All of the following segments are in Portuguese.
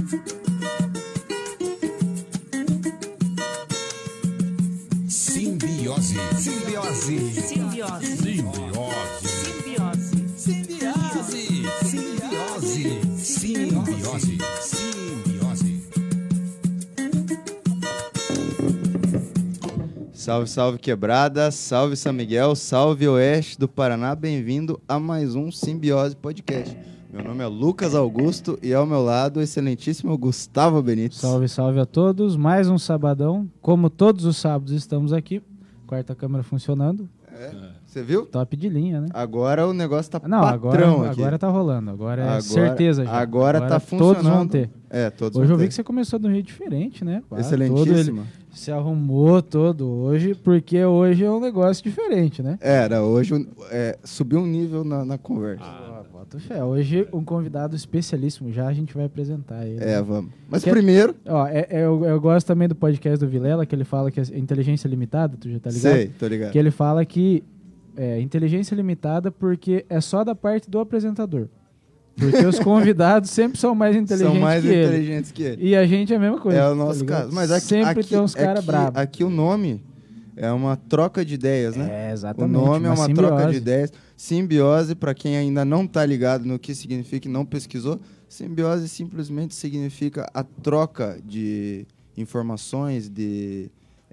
Simbiose. Simbiose. Simbiose. Simbiose. Simbiose. Simbiose. Simbiose. Simbiose. Salve, salve quebrada, salve São Miguel, salve Oeste do Paraná, bem-vindo a mais um Simbiose Podcast. Meu nome é Lucas Augusto e ao meu lado o excelentíssimo Gustavo Benítez. Salve, salve a todos, mais um sabadão, como todos os sábados estamos aqui, quarta câmera funcionando. Você viu? Top de linha, né? Agora o negócio tá Não, patrão aqui. agora tá rolando, agora é certeza já. Agora tá funcionando. Todos vão ter. Todos Hoje vão eu vi ter. que você começou de um jeito diferente, né? Excelentíssimo. Se arrumou todo hoje, porque hoje é um negócio diferente, né? Hoje subiu um nível na conversa. Bota fé. Hoje um convidado especialíssimo, já a gente vai apresentar ele. Vamos. Mas primeiro... Eu gosto também do podcast do Vilela, que ele fala que é inteligência limitada, tu já tá ligado? Sei, tô ligado. Que ele fala que é inteligência limitada porque é só da parte do apresentador. Porque os convidados sempre são mais inteligentes que ele. E a gente é a mesma coisa. É o nosso caso. Mas aqui, sempre tem uns caras bravos. Aqui o nome é uma troca de ideias, né? Exatamente. O nome é uma simbiose. troca de ideias. Simbiose, para quem ainda não tá ligado no que significa e não pesquisou, simbiose simplesmente significa a troca de informações, de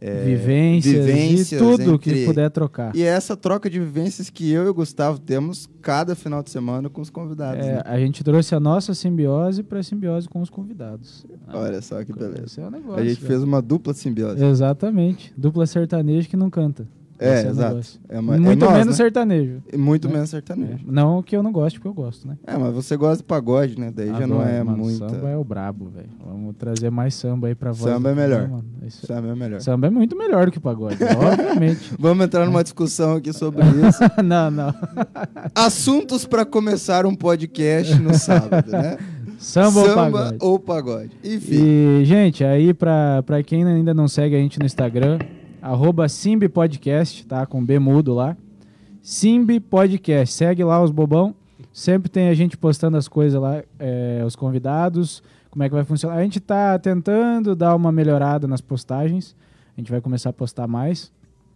vivências e tudo que puder trocar. E é essa troca de vivências que eu e o Gustavo temos cada final de semana com os convidados. Né? A gente trouxe a nossa simbiose para simbiose com os convidados. Olha só que beleza. Esse é o negócio, a gente fez uma dupla simbiose. Exatamente. Dupla sertaneja que não canta. Exato. Muito menos sertanejo. Muito menos sertanejo. Não que eu não goste, porque eu gosto, né? Mas você gosta de pagode, né? Daí já não é muito... Samba é o brabo, velho. Vamos trazer mais samba aí pra voz. Samba é melhor. Samba é melhor. Samba é muito melhor do que pagode, obviamente. Vamos entrar numa discussão aqui sobre isso. Não. Assuntos pra começar um podcast no sábado, né? Samba ou pagode. Enfim. E, gente, aí pra quem ainda não segue a gente no Instagram... @simbipodcast, tá? Com B mudo lá. Simbi Podcast. Segue lá os bobão. Sempre tem a gente postando as coisas lá, os convidados, como é que vai funcionar. A gente tá tentando dar uma melhorada nas postagens. A gente vai começar a postar mais.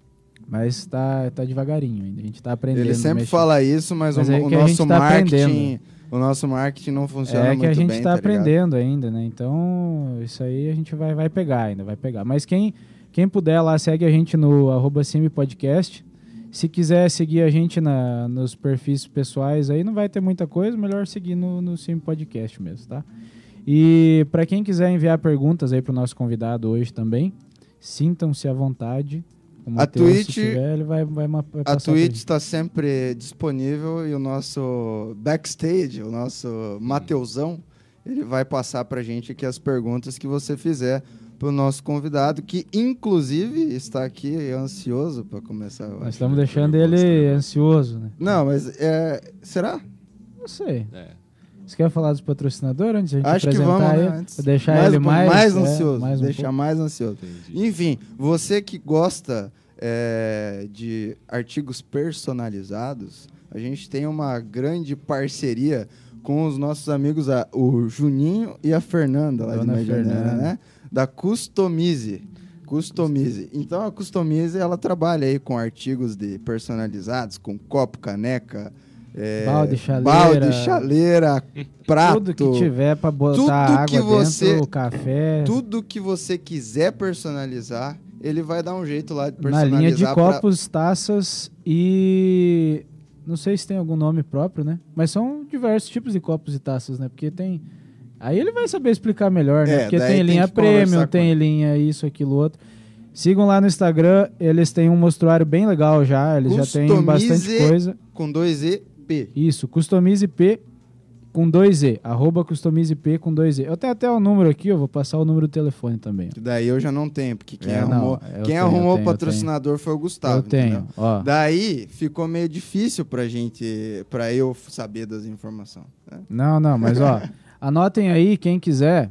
Mas tá devagarinho ainda. A gente tá aprendendo. Ele sempre fala isso, mas o nosso marketing... O nosso marketing não funciona muito bem. É que a gente tá aprendendo ligado? ainda, né? Então, isso aí a gente vai pegar ainda, vai pegar. Mas quem puder lá, segue a gente no @simbipodcast. Se quiser seguir a gente nos perfis pessoais aí, não vai ter muita coisa, melhor seguir no Simbi Podcast mesmo, tá? E para quem quiser enviar perguntas aí pro nosso convidado hoje também, sintam-se à vontade. A Twitch, se tiver, ele vai a Twitch está sempre disponível e o nosso backstage, o nosso Mateusão, ele vai passar pra gente aqui as perguntas que você fizer pro nosso convidado, que inclusive está aqui ansioso para começar. Nós estamos deixando ele ansioso, né? Não, mas será? Não sei. Você quer falar dos patrocinadores antes de a gente Acho apresentar que vamos, ele? né? Antes. Deixar ele mais ansioso. Deixar mais ansioso. Entendi. Enfim, você que gosta de artigos personalizados, a gente tem uma grande parceria com os nossos amigos, o Juninho e a Fernanda, lá Dona de Medianeira, né? Da Customize. Então, a Customize, ela trabalha aí com artigos personalizados, com copo, caneca, balde, chaleira, prato. Tudo que tiver para botar água dentro, café. Tudo que você quiser personalizar, ele vai dar um jeito lá de personalizar. Na linha de copos, taças e... Não sei se tem algum nome próprio, né? Mas são diversos tipos de copos e taças, né? Porque tem... Aí ele vai saber explicar melhor, né? Porque tem linha premium, tem linha isso, aquilo, outro. Sigam lá no Instagram, eles têm um mostruário bem legal já, eles já têm bastante coisa. Com 2E, P. Isso, Customize P com 2E, @Customize P com 2E. Eu tenho até o número aqui, eu vou passar o número do telefone também. Daí eu já não tenho, porque quem arrumou o patrocinador foi o Gustavo. Eu tenho, ó. Daí ficou meio difícil pra eu saber das informações. Né? Não, mas ó, anotem aí quem quiser,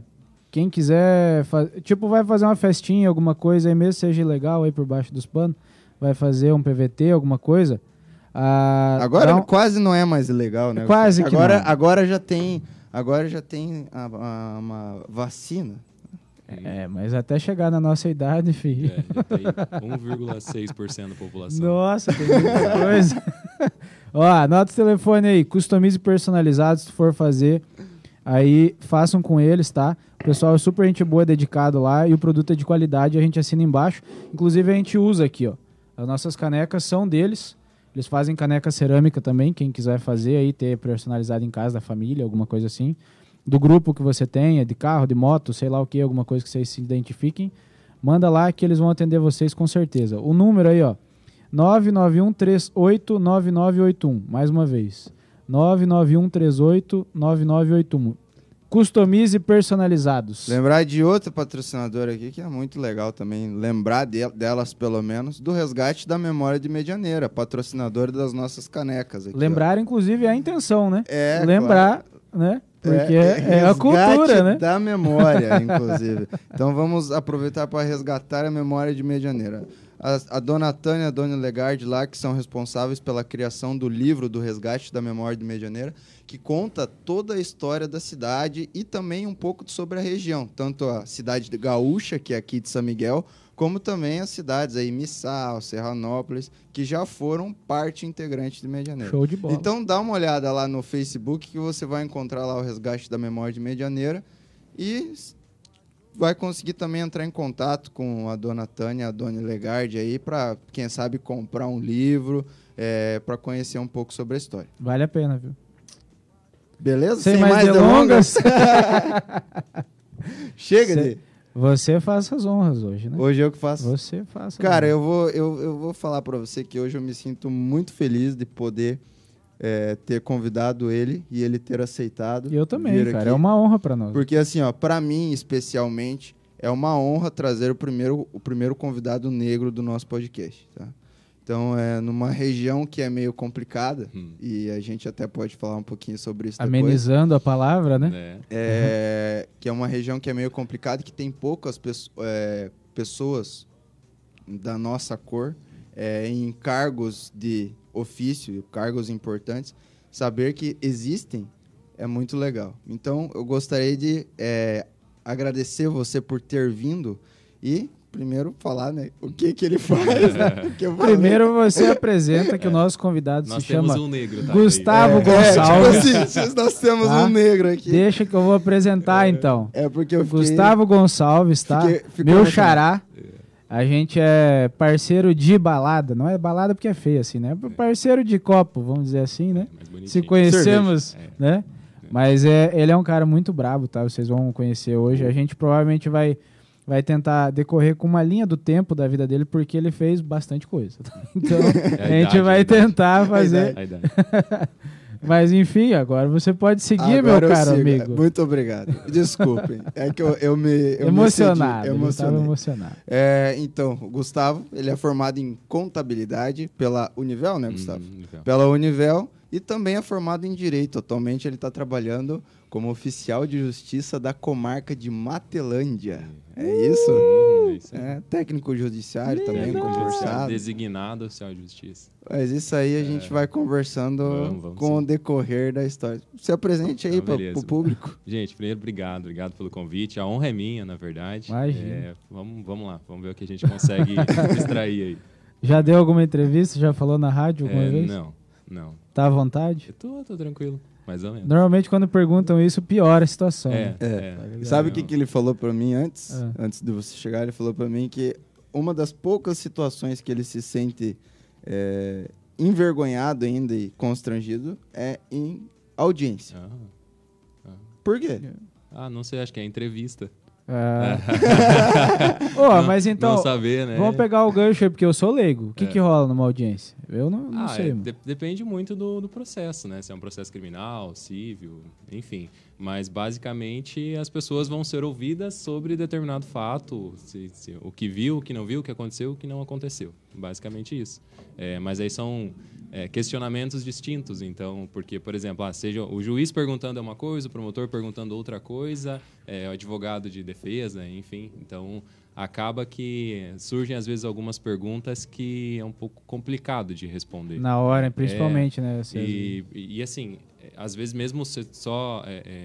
vai fazer uma festinha, alguma coisa aí mesmo, seja legal aí por baixo dos panos, vai fazer um PVT, alguma coisa. Agora quase não é mais ilegal, né? Quase que agora já tem Agora já tem uma vacina. Mas até chegar na nossa idade, filho. Já tem 1,6% da população. Nossa, tem muita coisa. Ó, anota o telefone aí, customize personalizado, se tu for fazer, aí façam com eles, tá? O pessoal é super gente boa, dedicado lá, e o produto é de qualidade, a gente assina embaixo. Inclusive a gente usa aqui, ó. As nossas canecas são deles. Eles fazem caneca cerâmica também, quem quiser fazer aí, ter personalizado em casa da família, alguma coisa assim. Do grupo que você tenha, de carro, de moto, sei lá o que, alguma coisa que vocês se identifiquem. Manda lá que eles vão atender vocês com certeza. O número aí, ó. 991389981. Mais uma vez. 991389981. Customize personalizados. Lembrar de outra patrocinadora aqui, que é muito legal também, lembrar delas pelo menos, do Resgate da Memória de Medianeira, patrocinadora das nossas canecas aqui. Lembrar, inclusive, é a intenção, né? É, lembrar, né? Porque é a cultura, né? Da memória, inclusive. Então vamos aproveitar para resgatar a memória de Medianeira. A dona Tânia e a dona Legard lá, que são responsáveis pela criação do livro do Resgate da Memória de Medianeira, que conta toda a história da cidade e também um pouco sobre a região, tanto a cidade de Gaúcha, que é aqui de São Miguel, como também as cidades aí, Missal, Serranópolis, que já foram parte integrante de Medianeira. Show de bola. Então dá uma olhada lá no Facebook, que você vai encontrar lá o Resgate da Memória de Medianeira e vai conseguir também entrar em contato com a dona Tânia e a dona Legard aí para, quem sabe, comprar um livro, para conhecer um pouco sobre a história. Vale a pena, viu? Beleza? Sem mais delongas. Chega de... Você faz as honras hoje, né? Hoje eu que faço. Você faz. Cara, eu vou falar para você que hoje eu me sinto muito feliz de poder ter convidado ele e ele ter aceitado. E eu também, vir cara. aqui. É uma honra para nós. Porque assim, ó, para mim especialmente, é uma honra trazer o primeiro convidado negro do nosso podcast, tá? Então, numa região que é meio complicada, e a gente até pode falar um pouquinho sobre isso depois. Amenizando a palavra, né? Que é uma região que é meio complicada, que tem poucas pessoas da nossa cor em cargos de ofício, cargos importantes. Saber que existem é muito legal. Então, eu gostaria de agradecer você por ter vindo e... Primeiro falar, né? O que ele faz, né? Primeiro você apresenta que o nosso convidado Nós se chama um negro, tá? Gustavo Gonçalves. Tipo assim, nós temos um negro aqui. Deixa que eu vou apresentar, então. Porque eu fiquei... Gustavo Gonçalves, tá? Meu xará. A gente é parceiro de balada. Não é balada porque é feio assim, né? Parceiro de copo, vamos dizer assim, né? Se conhecemos, né? Mas ele é um cara muito brabo, tá? Vocês vão conhecer hoje. A gente provavelmente vai tentar decorrer com uma linha do tempo da vida dele, porque ele fez bastante coisa. Então, a gente vai tentar fazer... Mas, enfim, agora você pode seguir, meu caro amigo. Muito obrigado. Desculpem. É que eu me emocionado. Eu estava emocionado. Então, o Gustavo, ele é formado em contabilidade pela Univel, né, Gustavo? Univel. Pela Univel. E também é formado em Direito. Atualmente ele está trabalhando como oficial de justiça da comarca de Matelândia. É isso? Isso aí. Técnico judiciário também, concursado. Designado oficial de justiça. Mas isso aí a gente vai conversando vamos com o decorrer da história. Se apresente aí para o público. Gente, primeiro, obrigado pelo convite. A honra é minha, na verdade. Imagina. Vamos lá, vamos ver o que a gente consegue extrair aí. Já deu alguma entrevista? Já falou na rádio alguma vez? Não. Tá à vontade? Eu tô tranquilo, mais ou menos. Normalmente quando perguntam isso, piora a situação. né? Sabe o que ele falou para mim antes? Antes de você chegar, ele falou para mim que uma das poucas situações que ele se sente envergonhado ainda e constrangido é em audiência. Por quê? Não sei, acho que é entrevista. Mas então, não saber, né? Vamos pegar o gancho aí, porque eu sou leigo. O que rola numa audiência? Eu não sei. Depende muito do processo, né? Se é um processo criminal, civil, enfim. Mas, basicamente, as pessoas vão ser ouvidas sobre determinado fato, o que viu, o que não viu, o que aconteceu, o que não aconteceu. Basicamente isso. Mas aí são questionamentos distintos. Então, porque, por exemplo, seja o juiz perguntando uma coisa, o promotor perguntando outra coisa, o advogado de defesa, enfim. Então, acaba que surgem, às vezes, algumas perguntas que é um pouco complicado de responder. Na hora, principalmente, né? E assim, às vezes mesmo você só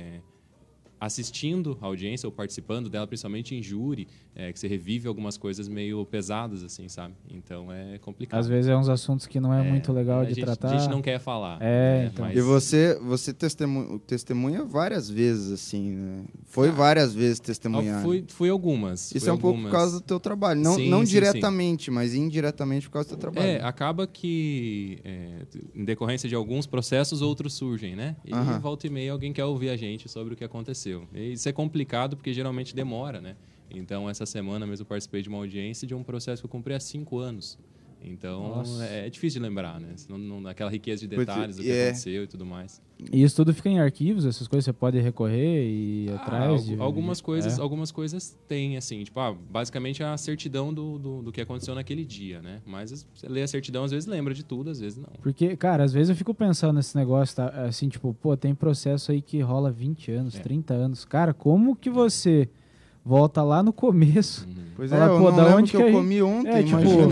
assistindo a audiência ou participando dela, principalmente em júri, que você revive algumas coisas meio pesadas, assim, sabe? Então é complicado. Às vezes é uns assuntos que não é muito legal de tratar. A gente não quer falar. Então. Mas... E você testemunha várias vezes, assim, né? Foi várias vezes testemunhar. Fui algumas. Isso é um pouco por causa do teu trabalho. Não, Sim, não sim, diretamente, mas indiretamente por causa do teu trabalho. Acaba que, em decorrência de alguns processos, outros surgem, né? E volta e meia alguém quer ouvir a gente sobre o que aconteceu. E isso é complicado porque geralmente demora, né? Então, essa semana mesmo eu participei de uma audiência de um processo que eu cumpri há 5 anos. Então, é difícil de lembrar, né? Aquela riqueza de detalhes do que aconteceu e tudo mais. E isso tudo fica em arquivos? Essas coisas você pode recorrer e ir atrás? Algumas coisas tem, assim. Tipo, basicamente a certidão do que aconteceu naquele dia, né? Mas você lê a certidão, às vezes lembra de tudo, às vezes não. Porque, cara, às vezes eu fico pensando nesse negócio, tá? Assim, tipo, pô, tem processo aí que rola 20 anos, 30 anos. Cara, como que você... volta lá no começo. Pois fala, eu não lembro que eu comi ontem,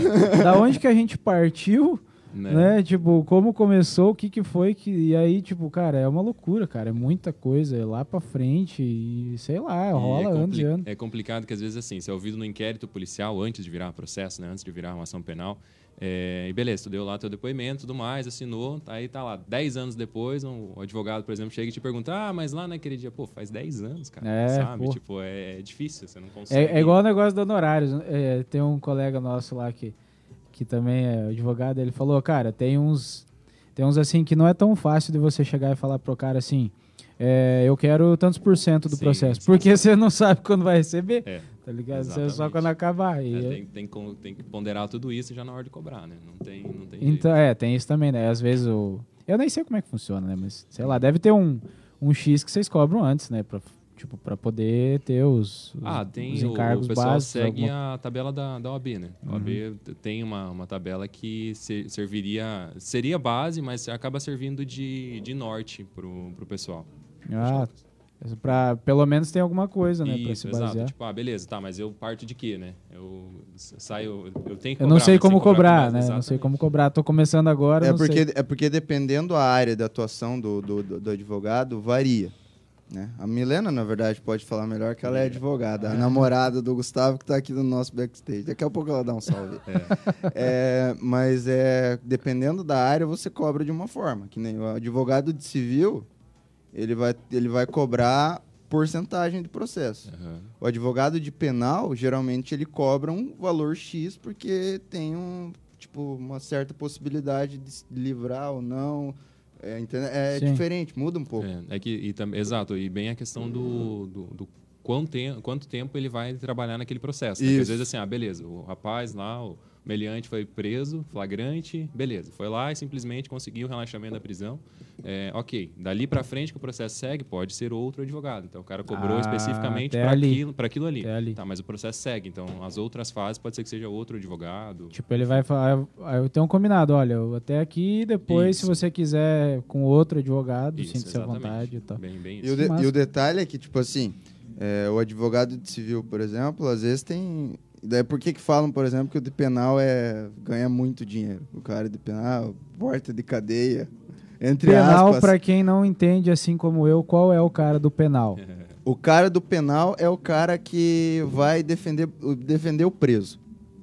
da onde que a gente partiu, né? Tipo, como começou, o que foi, e aí, tipo, cara, é uma loucura, cara, é muita coisa, é lá pra frente, e sei lá, rola anos e anos. É complicado que às vezes, assim, você é ouvido no inquérito policial antes de virar processo, né? Antes de virar uma ação penal, e beleza, tu deu lá teu depoimento, tudo mais, assinou, aí tá lá, 10 anos depois, um advogado, por exemplo, chega e te pergunta, mas lá naquele dia, pô, faz 10 anos, cara, sabe? Pô. Tipo, é difícil, você não consegue. É igual o negócio do honorários, tem um colega nosso lá que também é advogado, ele falou, cara, tem uns assim que não é tão fácil de você chegar e falar pro cara assim, eu quero tantos % do processo, porque você não sabe quando vai receber, tá ligado? Exatamente. Você só quando acabar. Tem que ponderar tudo isso já na hora de cobrar, né? Não tem então, jeito. Tem isso também, né? Às vezes eu nem sei como é que funciona, né? Mas, sei lá, deve ter um X que vocês cobram antes, né? Pra poder ter os encargos básicos. O pessoal segue a tabela da OAB, né? A OAB tem uma tabela que seria base, mas acaba servindo de norte pro pessoal. Pelo menos tem alguma coisa, né? Pra se basear. Exato. Tipo, beleza, tá, mas eu parto de quê, né? Eu tenho que cobrar. Eu não sei como cobrar, né? Não sei como cobrar. Tô começando agora, É porque dependendo da área da atuação do advogado, varia. Né? A Milena, na verdade, pode falar melhor que ela é advogada. A namorada do Gustavo que está aqui no nosso backstage. Daqui a pouco ela dá um salve. Mas dependendo da área, você cobra de uma forma. Que nem o advogado de civil, ele vai cobrar porcentagem de processo. O advogado de penal, geralmente, ele cobra um valor X porque tem uma certa possibilidade de se livrar ou não. Diferente, muda um pouco. Exato, e bem a questão do quanto tempo ele vai trabalhar naquele processo. Né? Porque às vezes assim, beleza, o rapaz lá, o meliante foi preso, flagrante, beleza, foi lá e simplesmente conseguiu o relaxamento da prisão. Ok, dali para frente que o processo segue, pode ser outro advogado. Então o cara cobrou especificamente para aquilo ali. Tá, mas o processo segue, então as outras fases pode ser que seja outro advogado. Tipo, ele vai falar, eu tenho um combinado, olha, até aqui, depois se você quiser com outro advogado, sinta-se à vontade e tal. Bem isso. E o detalhe é que, tipo assim, o advogado de civil, por exemplo, às vezes tem... Daí por que falam, por exemplo, que o de penal ganha muito dinheiro? O cara de penal, porta de cadeia, entre penal, aspas. Para quem não entende, assim como eu, qual é o cara do penal? O cara do penal é o cara que vai defender o preso.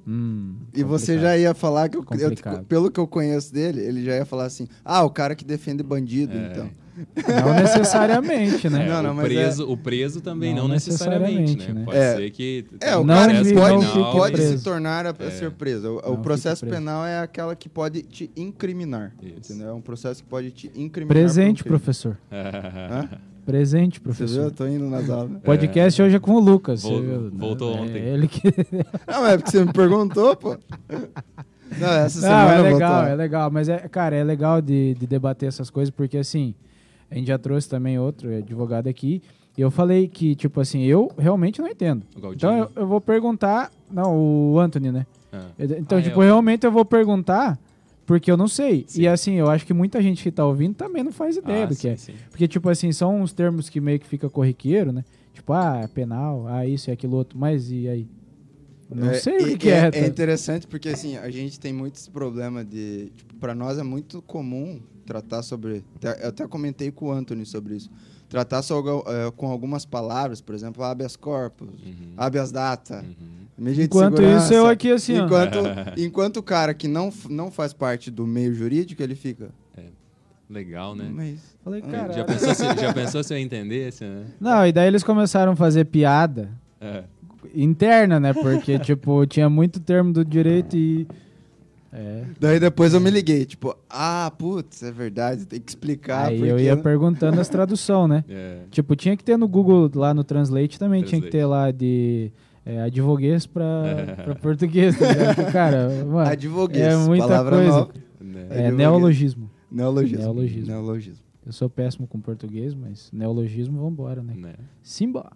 E você já ia falar, pelo que eu conheço dele, ele já ia falar assim, o cara que defende bandido, então. Não necessariamente, né? O preso também não necessariamente, né? Pode ser que... o cara pode se tornar a ser preso. O processo penal é aquela que pode te incriminar. Entendeu? É um processo que pode te incriminar. Presente, professor. Presente, professor. Você viu? Eu tô indo nas aulas. Podcast hoje é com o Lucas. Voltou ontem. Ele que... Não, é porque você me perguntou, pô. Não, essa semana é legal. Mas, cara, é legal de debater essas coisas, porque, assim, a gente já trouxe também outro advogado aqui, e eu falei que, tipo assim, eu realmente não entendo. Então, eu vou perguntar... Não, o Anthony, né? Então, realmente eu vou perguntar... Porque eu não sei. Sim. E assim, eu acho que muita gente que tá ouvindo também não faz ideia do que é. Sim. Porque, tipo assim, são uns termos que meio que fica corriqueiro, né? Tipo, penal, isso e aquilo outro. Mas e aí? Não sei o que é. É interessante porque, assim, a gente tem muito esse problema de... Tipo, pra nós é muito comum tratar sobre... Eu até comentei com o Anthony sobre isso. Tratar com algumas palavras, por exemplo, habeas corpus, habeas data, medida de Enquanto segurança. isso, eu aqui assim, ó. Enquanto o cara que não faz parte do meio jurídico, ele fica... Legal, né? Mas... Falei, cara. Já pensou se eu entendesse, né? Não, e daí eles começaram a fazer piada interna, né? Porque, tipo, tinha muito termo do direito e... Daí depois eu me liguei, tipo, putz, é verdade, tem que explicar. Aí porque eu ia perguntando as traduções, né? Tipo, tinha que ter no Google, lá no Translate também, tinha que ter lá de advoguês pra português, tá ligado? Porque, cara, mano, advoguês, é muita palavra coisa. nova. É neologismo. Neologismo. Eu sou péssimo com português, mas neologismo, vambora, né? Simbora.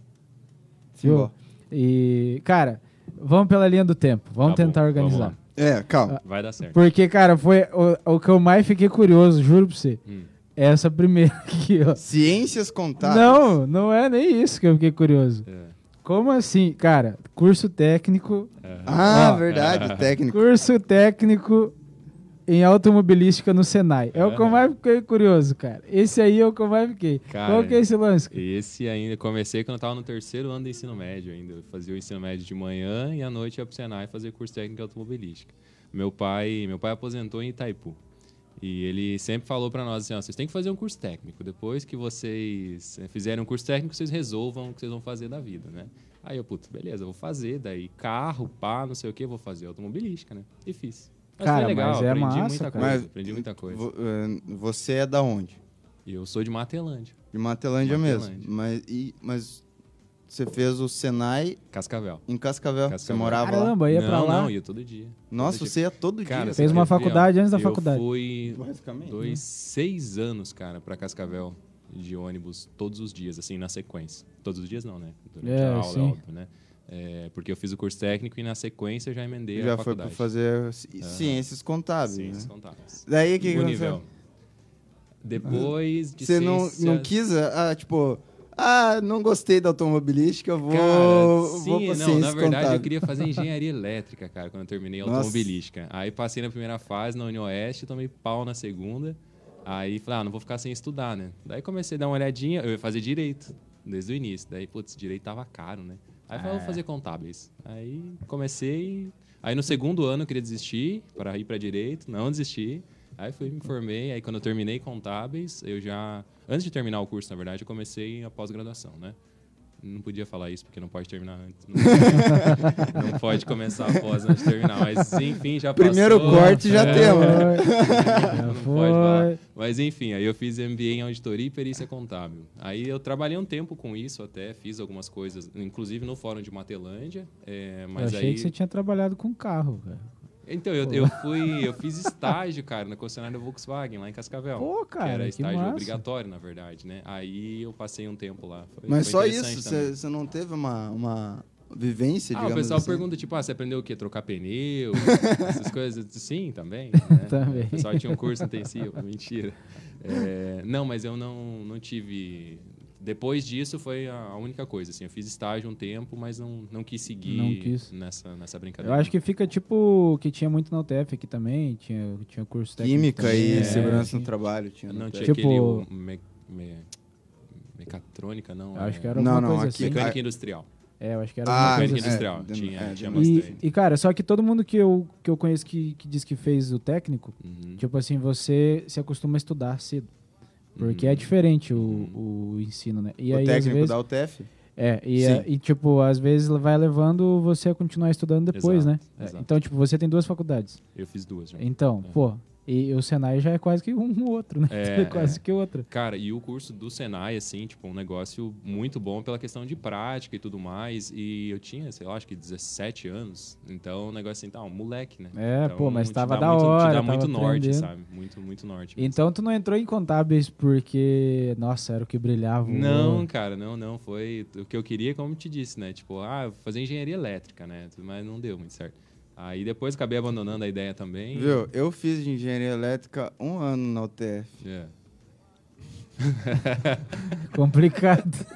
Viu? E, cara, vamos pela linha do tempo. Vamos tentar organizar. Calma. Vai dar certo. Porque, cara, foi o que eu mais fiquei curioso, juro pra você. Essa primeira aqui, ó. Ciências contábeis. Não é nem isso que eu fiquei curioso. Como assim? Cara, curso técnico. Verdade, técnico. Curso técnico em automobilística no Senai. É o que eu mais fiquei curioso, cara. Esse aí é o que eu mais fiquei. Cara, qual que é esse lance? Esse ainda, comecei quando eu tava no 3º ano do ensino médio ainda. Eu fazia o ensino médio de manhã e à noite ia pro Senai fazer curso técnico de automobilística. Meu pai aposentou em Itaipu. E ele sempre falou pra nós assim, ó, vocês têm que fazer um curso técnico. Depois que vocês fizerem um curso técnico, vocês resolvam o que vocês vão fazer da vida, né? Aí eu, beleza, eu vou fazer. Daí carro, não sei o que, vou fazer automobilística, né? E fiz. Mas cara, foi legal, mas aprendi muita coisa. Você é da onde? Eu sou de Matelândia. De Matelândia mesmo. Mas você fez o Senai Cascavel. em Cascavel. Você morava lá? Caramba, ia pra lá? Não, ia todo dia. Nossa, você ia todo dia. Fez uma faculdade antes da faculdade. Eu fui 6 anos, cara, pra Cascavel de ônibus todos os dias, assim, na sequência. Todos os dias não, né? Durante a aula, sim. óbvio, né? Porque eu fiz o curso técnico e na sequência já emendei a faculdade. Já foi para fazer ciências contábeis. Ciências né? contábeis. Daí o que aconteceu? nível. Depois de Você ciências... não quis, não gostei da automobilística, eu vou pra ciências na verdade contábeis. eu queria fazer engenharia elétrica, cara, quando eu terminei a automobilística. Aí passei na primeira fase na UniOeste, tomei pau na segunda. Aí falei, não vou ficar sem estudar, né? Daí comecei a dar uma olhadinha, eu ia fazer direito, desde o início. Daí, direito tava caro, né? Aí falei, vou fazer contábeis. Aí comecei. Aí no segundo ano eu queria desistir para ir para direito, não desisti. Aí me formei. Aí quando eu terminei contábeis, antes de terminar o curso, na verdade, eu comecei a pós-graduação, né? Não podia falar isso porque não pode terminar antes. Não pode começar a pós antes de terminar. Mas enfim, já passou. Primeiro corte já temos. Não pode falar. Mas enfim, aí eu fiz MBA em auditoria e perícia contábil. Aí eu trabalhei um tempo com isso até, fiz algumas coisas, inclusive no Fórum de Matelândia. Mas eu achei que você tinha trabalhado com carro, velho. Então, eu fiz estágio, cara, na concessionária da Volkswagen, lá em Cascavel. Pô, cara, que era estágio massa. obrigatório, na verdade, né? Aí eu passei um tempo lá. Mas foi só isso? Você não teve uma vivência, digamos o pessoal assim? pergunta, tipo, você aprendeu o quê? Trocar pneu? Essas coisas? Sim, também. Né? Também. O pessoal tinha um curso intensivo. Mentira. Não, mas eu não tive... Depois disso foi a única coisa, assim, eu fiz estágio um tempo, mas não quis seguir nessa brincadeira. Eu acho que fica tipo que tinha muito na UTF aqui também, tinha curso técnico. Química também, e segurança no trabalho. Não tinha tipo, aquele mecatrônica, não. Acho que era alguma coisa assim. Mecânica industrial. Eu acho que era alguma coisa mecânica assim. industrial. Tinha bastante. E, cara, só que todo mundo que eu conheço que diz que fez o técnico, tipo assim, você se acostuma a estudar cedo. Porque é diferente o ensino, né? E o aí, técnico às vezes, da UTF? E, tipo, às vezes vai levando você a continuar estudando depois, Exato, né? exato. Então, tipo, você tem 2 faculdades. Eu fiz 2 já. Então, e o Senai já é quase que um outro, né? Quase que outra. Cara, e o curso do Senai, assim, tipo, um negócio muito bom pela questão de prática e tudo mais. E eu tinha, sei lá, acho que 17 anos. Então, o negócio assim, um moleque, né? Então, mas tava te da hora. Te dá tava muito norte, aprendendo. sabe? Muito norte. Mesmo. Então, tu não entrou em contábeis porque, nossa, era o que brilhava. Não, cara, não. Foi o que eu queria, como te disse, né? Tipo, fazer engenharia elétrica, né? Mas não deu muito certo. Aí depois acabei abandonando a ideia também. Viu? Eu fiz de engenharia elétrica 1 ano na UTF. Complicado.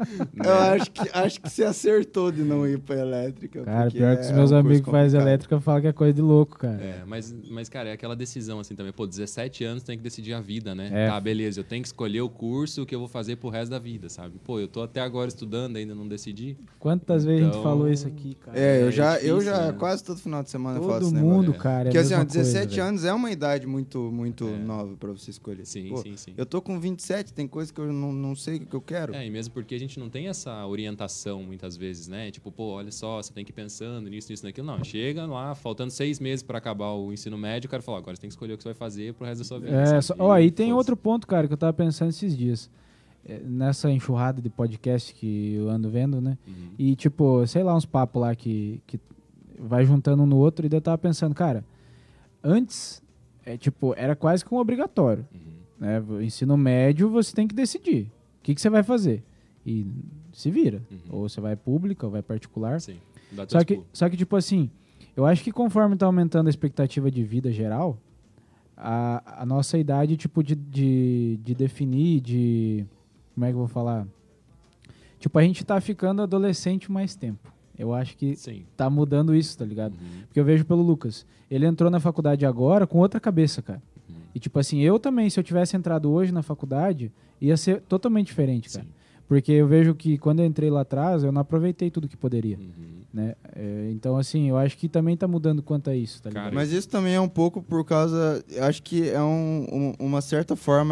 Eu acho que você acertou de não ir pra elétrica. Cara, porque pior que os é meus um curso amigos que fazem complicado. elétrica falam que é coisa de louco, cara. Mas, cara, é aquela decisão assim também. Pô, 17 anos tem que decidir a vida, né? É. Tá, beleza, eu tenho que escolher o curso que eu vou fazer pro resto da vida, sabe? Pô, eu tô até agora estudando, ainda não decidi. Quantas vezes a gente Então, falou isso aqui, cara? Eu É já difícil, né? quase todo final de semana eu falo Todo esse mundo, negócio. cara, é Porque a assim, ó, mesma 17 coisa, velho. anos é uma idade muito nova pra você escolher. Sim, Pô, sim, sim. Eu tô com 27, tem coisa que eu não sei o que eu quero. E mesmo porque a gente não tem essa orientação muitas vezes, né? Tipo, pô, olha só, você tem que ir pensando nisso, naquilo. Não, chega lá, faltando 6 meses pra acabar o ensino médio, o cara fala, agora você tem que escolher o que você vai fazer pro resto da sua vida. sabe? Aí tem foda-se. outro ponto, cara, que eu tava pensando esses dias. Nessa enxurrada de podcast que eu ando vendo, né? Uhum. E, tipo, sei lá, uns papos lá que vai juntando um no outro. E daí eu tava pensando, cara, antes, era quase que um obrigatório. Uhum. Né? O ensino médio, você tem que decidir o que você vai fazer. E se vira. Uhum. Ou você vai pública, ou vai particular. Sim. Dá teu pulo. Só que, tipo assim, eu acho que conforme tá aumentando a expectativa de vida geral, a nossa idade, tipo, de definir, como é que eu vou falar? Tipo, a gente tá ficando adolescente mais tempo. Eu acho que Sim. tá mudando isso, tá ligado? Uhum. Porque eu vejo pelo Lucas. Ele entrou na faculdade agora com outra cabeça, cara. Uhum. E, tipo assim, eu também, se eu tivesse entrado hoje na faculdade, ia ser totalmente diferente, cara. Sim. Porque eu vejo que quando eu entrei lá atrás, eu não aproveitei tudo que poderia, Uhum. né? Então, assim, eu acho que também tá mudando quanto a isso, tá Cara, ligado? Mas isso também é um pouco por causa... Eu acho que é uma certa forma,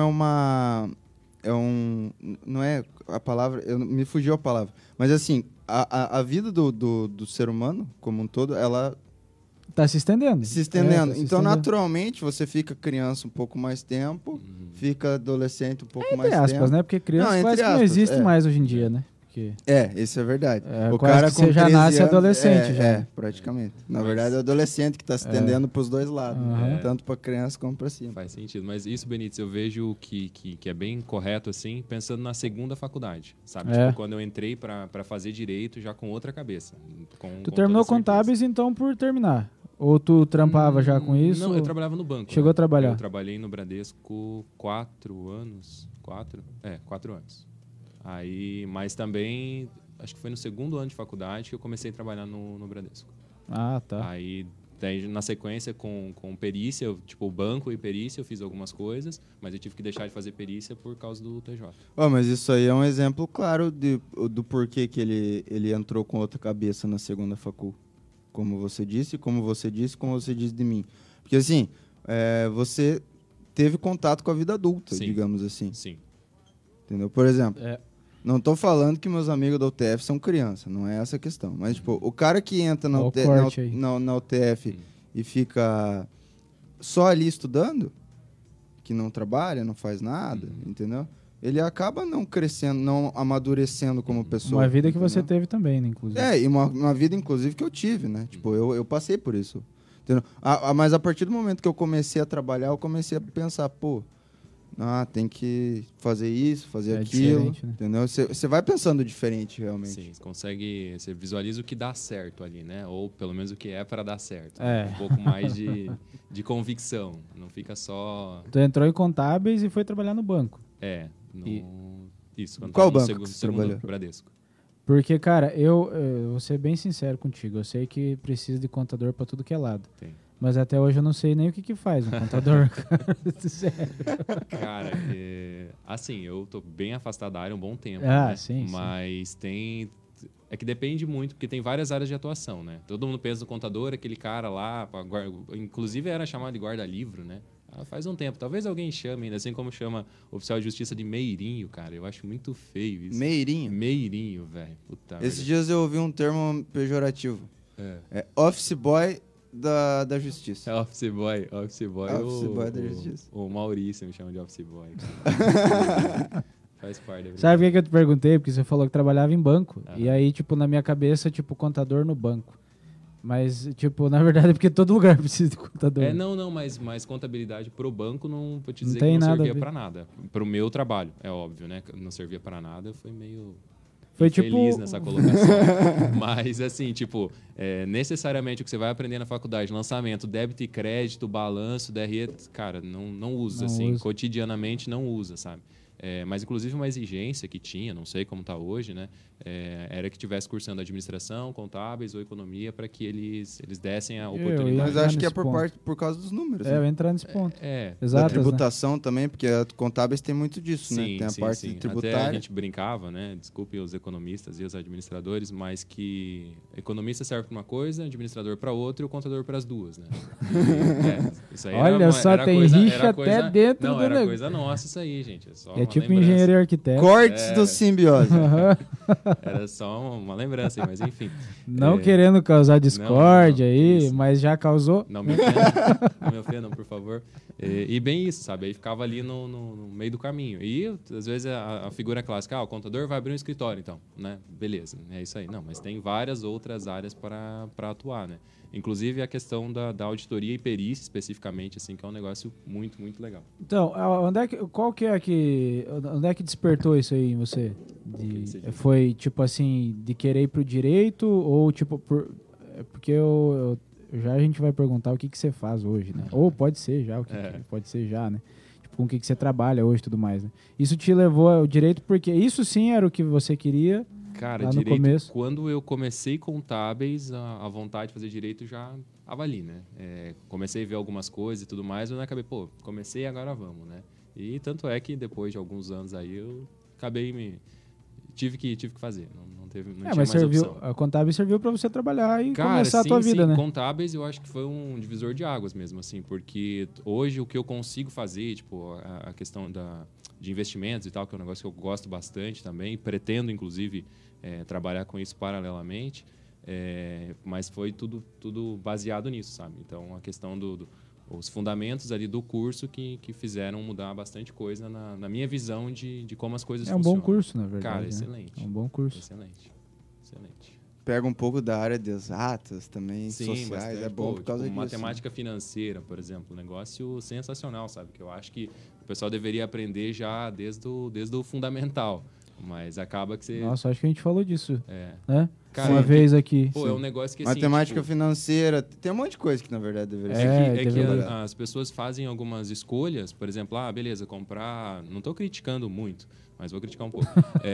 não é a palavra... Me fugiu a palavra. Mas assim, a vida do ser humano, como um todo, ela Tá se estendendo. se estendendo. Tá se Então, estendendo. naturalmente, você fica criança um pouco mais tempo, Uhum. fica adolescente um pouco mais Entre aspas, tempo. né? Porque criança Não, entre quase que não aspas, existe é. mais hoje em dia, né? Porque Isso é verdade. É, quase que você já 13 nasce anos, adolescente, já. É, praticamente. Na Mas- verdade, é o adolescente que está se estendendo para os dois lados. Aham. Tanto para criança como para cima. Faz sentido. Mas isso, Benítez, eu vejo que é bem correto, assim, pensando na segunda faculdade, sabe? É. Tipo, quando eu entrei pra fazer direito já com outra cabeça. tu terminou toda certeza. contábeis, então, por terminar. Ou tu trampava já com isso? Não, eu trabalhava no banco. Chegou a trabalhar? Eu trabalhei no Bradesco 4 anos. 4 anos. Aí, mas também, acho que foi no segundo ano de faculdade que eu comecei a trabalhar no Bradesco. Ah, tá. Aí, daí, na sequência, com perícia, tipo, banco e perícia, eu fiz algumas coisas, mas eu tive que deixar de fazer perícia por causa do TJ. Mas isso aí é um exemplo claro do porquê que ele entrou com outra cabeça na segunda facul. Como você disse de mim. Porque assim, você teve contato com a vida adulta, Sim. digamos assim. Sim. Entendeu? Por exemplo, É. não tô falando que meus amigos da UTF são criança, não é essa a questão. Mas, tipo, o cara que entra na, Ó o UT, corte aí. na UTF e fica só ali estudando, que não trabalha, não faz nada, entendeu? Ele acaba não crescendo, não amadurecendo como pessoa. Uma vida que você entendeu? teve também, né, inclusive. E uma vida, inclusive, que eu tive, né? Tipo, eu passei por isso. Entendeu? Mas a partir do momento que eu comecei a trabalhar, eu comecei a pensar, pô, tem que fazer isso, fazer É aquilo, diferente, né? entendeu? Você vai pensando diferente, realmente. Sim, você visualiza o que dá certo ali, né? Ou pelo menos o que é para dar certo. É. Um pouco mais de convicção. Não fica só... Tu entrou em contábeis e foi trabalhar no banco. No... Isso. Quando Qual tava no banco que você segundo trabalhou? Bradesco. Porque, cara, eu vou ser bem sincero contigo. Eu sei que precisa de contador pra tudo que é lado. Tem. Mas até hoje eu não sei nem o que faz um contador, cara. Sério. Cara, assim, eu tô bem afastado da área há um bom tempo, Ah, né? sim, sim. Mas tem... É que depende muito, porque tem várias áreas de atuação, né? Todo mundo pensa no contador, aquele cara lá, inclusive era chamado de guarda-livro, né? Faz um tempo. Talvez alguém chame ainda, assim como chama oficial de justiça de meirinho, cara. Eu acho muito feio isso. Meirinho. Meirinho, velho. Puta Esses merda. dias eu ouvi um termo pejorativo. É office boy da justiça. É office boy. Office boy da justiça. O Maurício me chama de office boy. Faz parte da Sabe o que eu te perguntei? Porque você falou que trabalhava em banco. Aham. E aí, tipo, na minha cabeça, tipo, contador no banco. Mas, tipo, na verdade é porque todo lugar precisa de contador. Não, mas contabilidade pro banco não vou te Não dizer tem que não nada a servia ver. pra nada. Pro meu trabalho, é óbvio, né? Não servia pra nada, eu fui meio Foi feliz tipo- nessa colocação. Mas, assim, tipo, necessariamente o que você vai aprender na faculdade, lançamento, débito e crédito, balanço, DRE, cara, não usa, Não assim, usa. cotidianamente não usa, sabe? Mas, inclusive, uma exigência que tinha, não sei como está hoje, né? Era que tivesse cursando administração, contábeis ou economia para que eles dessem a oportunidade. Mas entrar acho que é nesse por causa dos números. eu né? ia entrar nesse ponto. Da Exato. tributação também, porque a contábeis tem muito disso, né? Tem a parte sim. tributária. Até a gente brincava, né? Desculpe os economistas e os administradores, mas que economista serve para uma coisa, administrador para outra e o contador para as duas, né? Isso aí Olha só, tem rixa até dentro do Não, era negócio. coisa nossa isso aí, gente. É uma tipo lembrança. engenheiro e arquiteto. Cortes do simbiose. Era só uma lembrança aí, mas enfim. Não querendo causar discórdia não, aí, isso. mas já causou. Não me ofendam, por favor. E bem isso, sabe? Aí ficava ali no meio do caminho. E, às vezes, a figura clássica, o contador vai abrir um escritório, então, né? Beleza, é isso aí. Não, mas tem várias outras áreas para atuar, né? Inclusive a questão da auditoria e perícia, especificamente, assim, que é um negócio muito, muito legal. Então, onde é que despertou isso aí em você? Foi, tipo assim, de querer ir pro direito ou, tipo, porque já a gente vai perguntar o que você faz hoje, né? Ou pode ser já, pode ser já, né? Tipo, com o que você trabalha hoje e tudo mais, né? Isso te levou ao direito porque isso sim era o que você queria. Cara, lá no direito, começo. Quando eu comecei contábeis, a vontade de fazer direito já estava ali, né? Comecei a ver algumas coisas e tudo mais, mas eu acabei, comecei agora vamos, né? E tanto é que depois de alguns anos aí eu acabei tive que fazer, não tinha mas mais serviu, opção. a contábil serviu para você trabalhar e Cara, começar a tua vida, né? Contábeis eu acho que foi um divisor de águas mesmo, assim, porque hoje o que eu consigo fazer, tipo, a questão de investimentos e tal, que é um negócio que eu gosto bastante também, pretendo, inclusive, trabalhar com isso paralelamente, mas foi tudo baseado nisso, sabe? Então, a questão os fundamentos ali do curso que fizeram mudar bastante coisa na minha visão de como as coisas funcionam. É um bom curso, na verdade. Cara, né? excelente. É um bom curso. Excelente. Pega um pouco da área de exatas também, Sim, sociais, bastante. é bom por causa tipo, disso. matemática financeira, por exemplo, um negócio sensacional, sabe? Que eu acho que o pessoal deveria aprender já desde o fundamental, mas acaba que você... Nossa, acho que a gente falou disso, né? Cara, uma vez aqui. é um negócio que assim, Matemática tipo, financeira, tem um monte de coisa que na verdade deveria ser. É que deveria. as pessoas fazem algumas escolhas, por exemplo, beleza, comprar... Não estou criticando muito, mas vou criticar um pouco.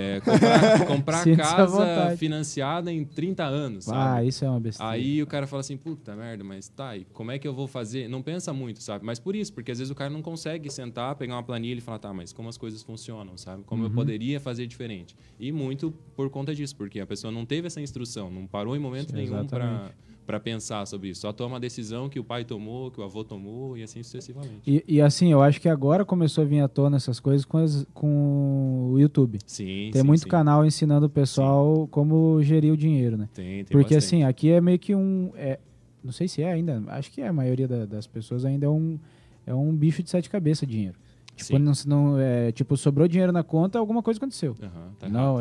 Comprar Sinta-se à casa vontade. financiada em 30 anos, sabe? Isso é uma besteira. Aí o cara fala assim, puta merda, mas tá, e como é que eu vou fazer? Não pensa muito, sabe? Mas por isso, porque às vezes o cara não consegue sentar, pegar uma planilha e falar, tá, mas como as coisas funcionam, sabe? Como eu poderia fazer diferente? E muito por conta disso, porque a pessoa não teve essa instrução, não parou em momento nenhum para pensar sobre isso. Só toma a decisão que o pai tomou, que o avô tomou e assim sucessivamente. E assim, eu acho que agora começou a vir à tona essas coisas com o YouTube. Sim, Tem muito canal ensinando o pessoal como gerir o dinheiro, né? Tem Porque bastante. assim, aqui é meio que não sei se é ainda, acho que a maioria das pessoas ainda é um bicho de 7 cabeças dinheiro. Tipo, tipo, sobrou dinheiro na conta, alguma coisa aconteceu. Tá Não,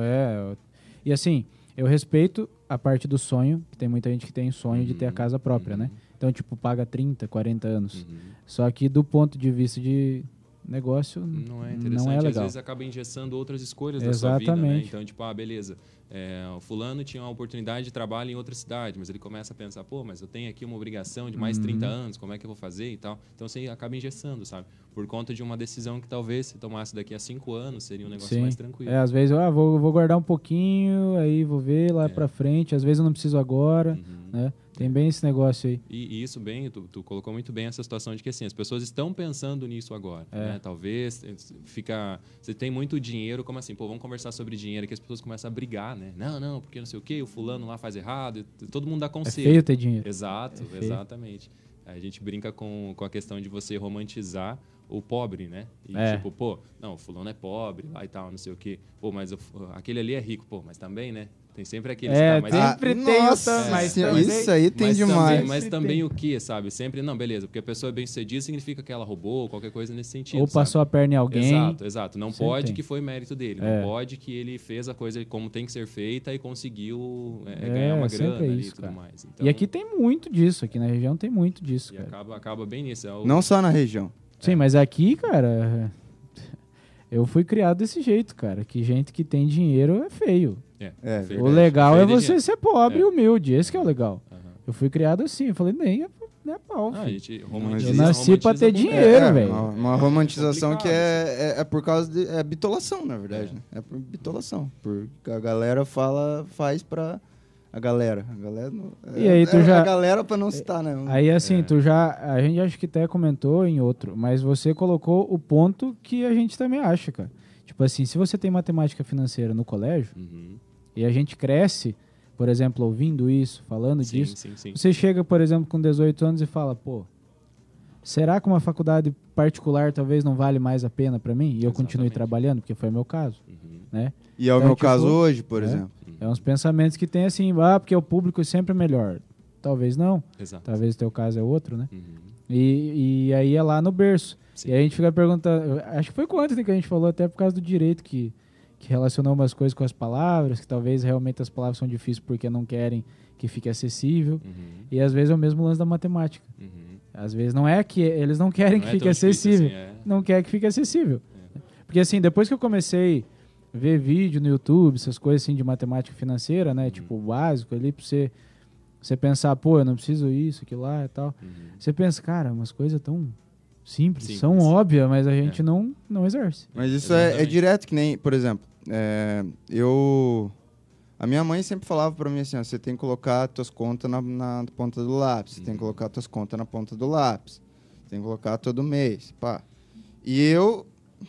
E assim, eu respeito a parte do sonho, que tem muita gente que tem sonho de ter a casa própria, né? Então, tipo, paga 30, 40 anos. Só que do ponto de vista de negócio, não é interessante. não é legal. Às vezes acaba engessando outras escolhas da sua vida, né? Exatamente. Então, tipo, beleza, o fulano tinha uma oportunidade de trabalho em outra cidade, mas ele começa a pensar, mas eu tenho aqui uma obrigação de mais 30 anos, como é que eu vou fazer e tal? Então, você acaba engessando, sabe? Por conta de uma decisão que talvez se tomasse daqui a 5 anos, seria um negócio mais tranquilo. Às vezes eu vou guardar um pouquinho, aí vou ver lá pra frente, às vezes eu não preciso agora, né? Tem bem esse negócio aí. E isso bem, tu colocou muito bem essa situação de que assim, as pessoas estão pensando nisso agora. Né? Talvez você tem muito dinheiro, como assim, vamos conversar sobre dinheiro, que as pessoas começam a brigar, né? Não, porque não sei o quê, o fulano lá faz errado, todo mundo dá conselho. É feio ter dinheiro. Exato, exatamente. A gente brinca com a questão de você romantizar o pobre, né? E tipo, não, o fulano é pobre lá e tal, não sei o quê. Mas aquele ali é rico, mas também, né? Tem sempre aqueles... sempre tem isso aí tem demais. Mas também o que, sabe? Sempre, não, beleza, porque a pessoa é bem-sucedida significa que ela roubou, qualquer coisa nesse sentido. Ou passou a perna em alguém. Exato. Não Sempre pode tem. que foi mérito dele. Não pode que ele fez a coisa como tem que ser feita e conseguiu ganhar uma grana ali e tudo mais. Então, e aqui tem muito disso, aqui na região tem muito disso, cara. Acaba bem nisso. Não só na região. Sim, mas aqui, cara... Eu fui criado desse jeito, cara. Que gente que tem dinheiro é feio. O legal é você ser pobre e humilde. Esse que é o legal. Eu fui criado assim. Eu falei, nem né, pau, Ah, a filho. gente Eu romantiza, nasci pra ter romantiza dinheiro, velho. Uma romantização que complicado, é por causa de... É bitolação, na verdade, né? É por bitolação. Porque a galera faz pra... A galera não, E aí tu já- A galera pra não citar, né? Aí assim, a gente acho que até comentou em outro, mas você colocou o ponto que a gente também acha, cara. Tipo assim, se você tem matemática financeira no colégio Uhum. e a gente cresce, por exemplo, ouvindo isso, falando Sim, disso, sim. você chega, por exemplo, com 18 anos e fala, pô, será que uma faculdade particular talvez não vale mais a pena pra mim? E eu continue Exatamente. trabalhando, porque foi o meu caso, Uhum. né? E é o Então, meu tipo, caso hoje, por é. exemplo. É uns pensamentos que tem assim, porque o público é sempre melhor. Talvez não, Exato. talvez o teu caso é outro, né? Uhum. E aí é lá no berço. Sim. E aí a gente fica perguntando, acho que foi com o Anthony que a gente falou, até por causa do direito, que relacionou umas coisas com as palavras, que talvez realmente as palavras são difíceis porque não querem que fique acessível. Uhum. E às vezes é o mesmo lance da matemática. Uhum. Às vezes não é que eles não querem Não que é fique tão difícil acessível. assim, é. Não quer que fique acessível. Porque assim, depois que eu comecei a ver vídeo no YouTube, essas coisas assim de matemática financeira, né? Tipo, o básico ali pra você pensar, pô, eu não preciso isso, aquilo lá e tal. Uhum. Você pensa, cara, umas coisas tão simples, Simples. são óbvias, mas a gente não exerce. Mas isso é Exatamente. direto, que nem, por exemplo, a minha mãe sempre falava pra mim assim, ó, você tem que colocar tuas contas na ponta do lápis, você tem que colocar tuas contas na ponta do lápis, você tem que colocar todo mês, pá. E eu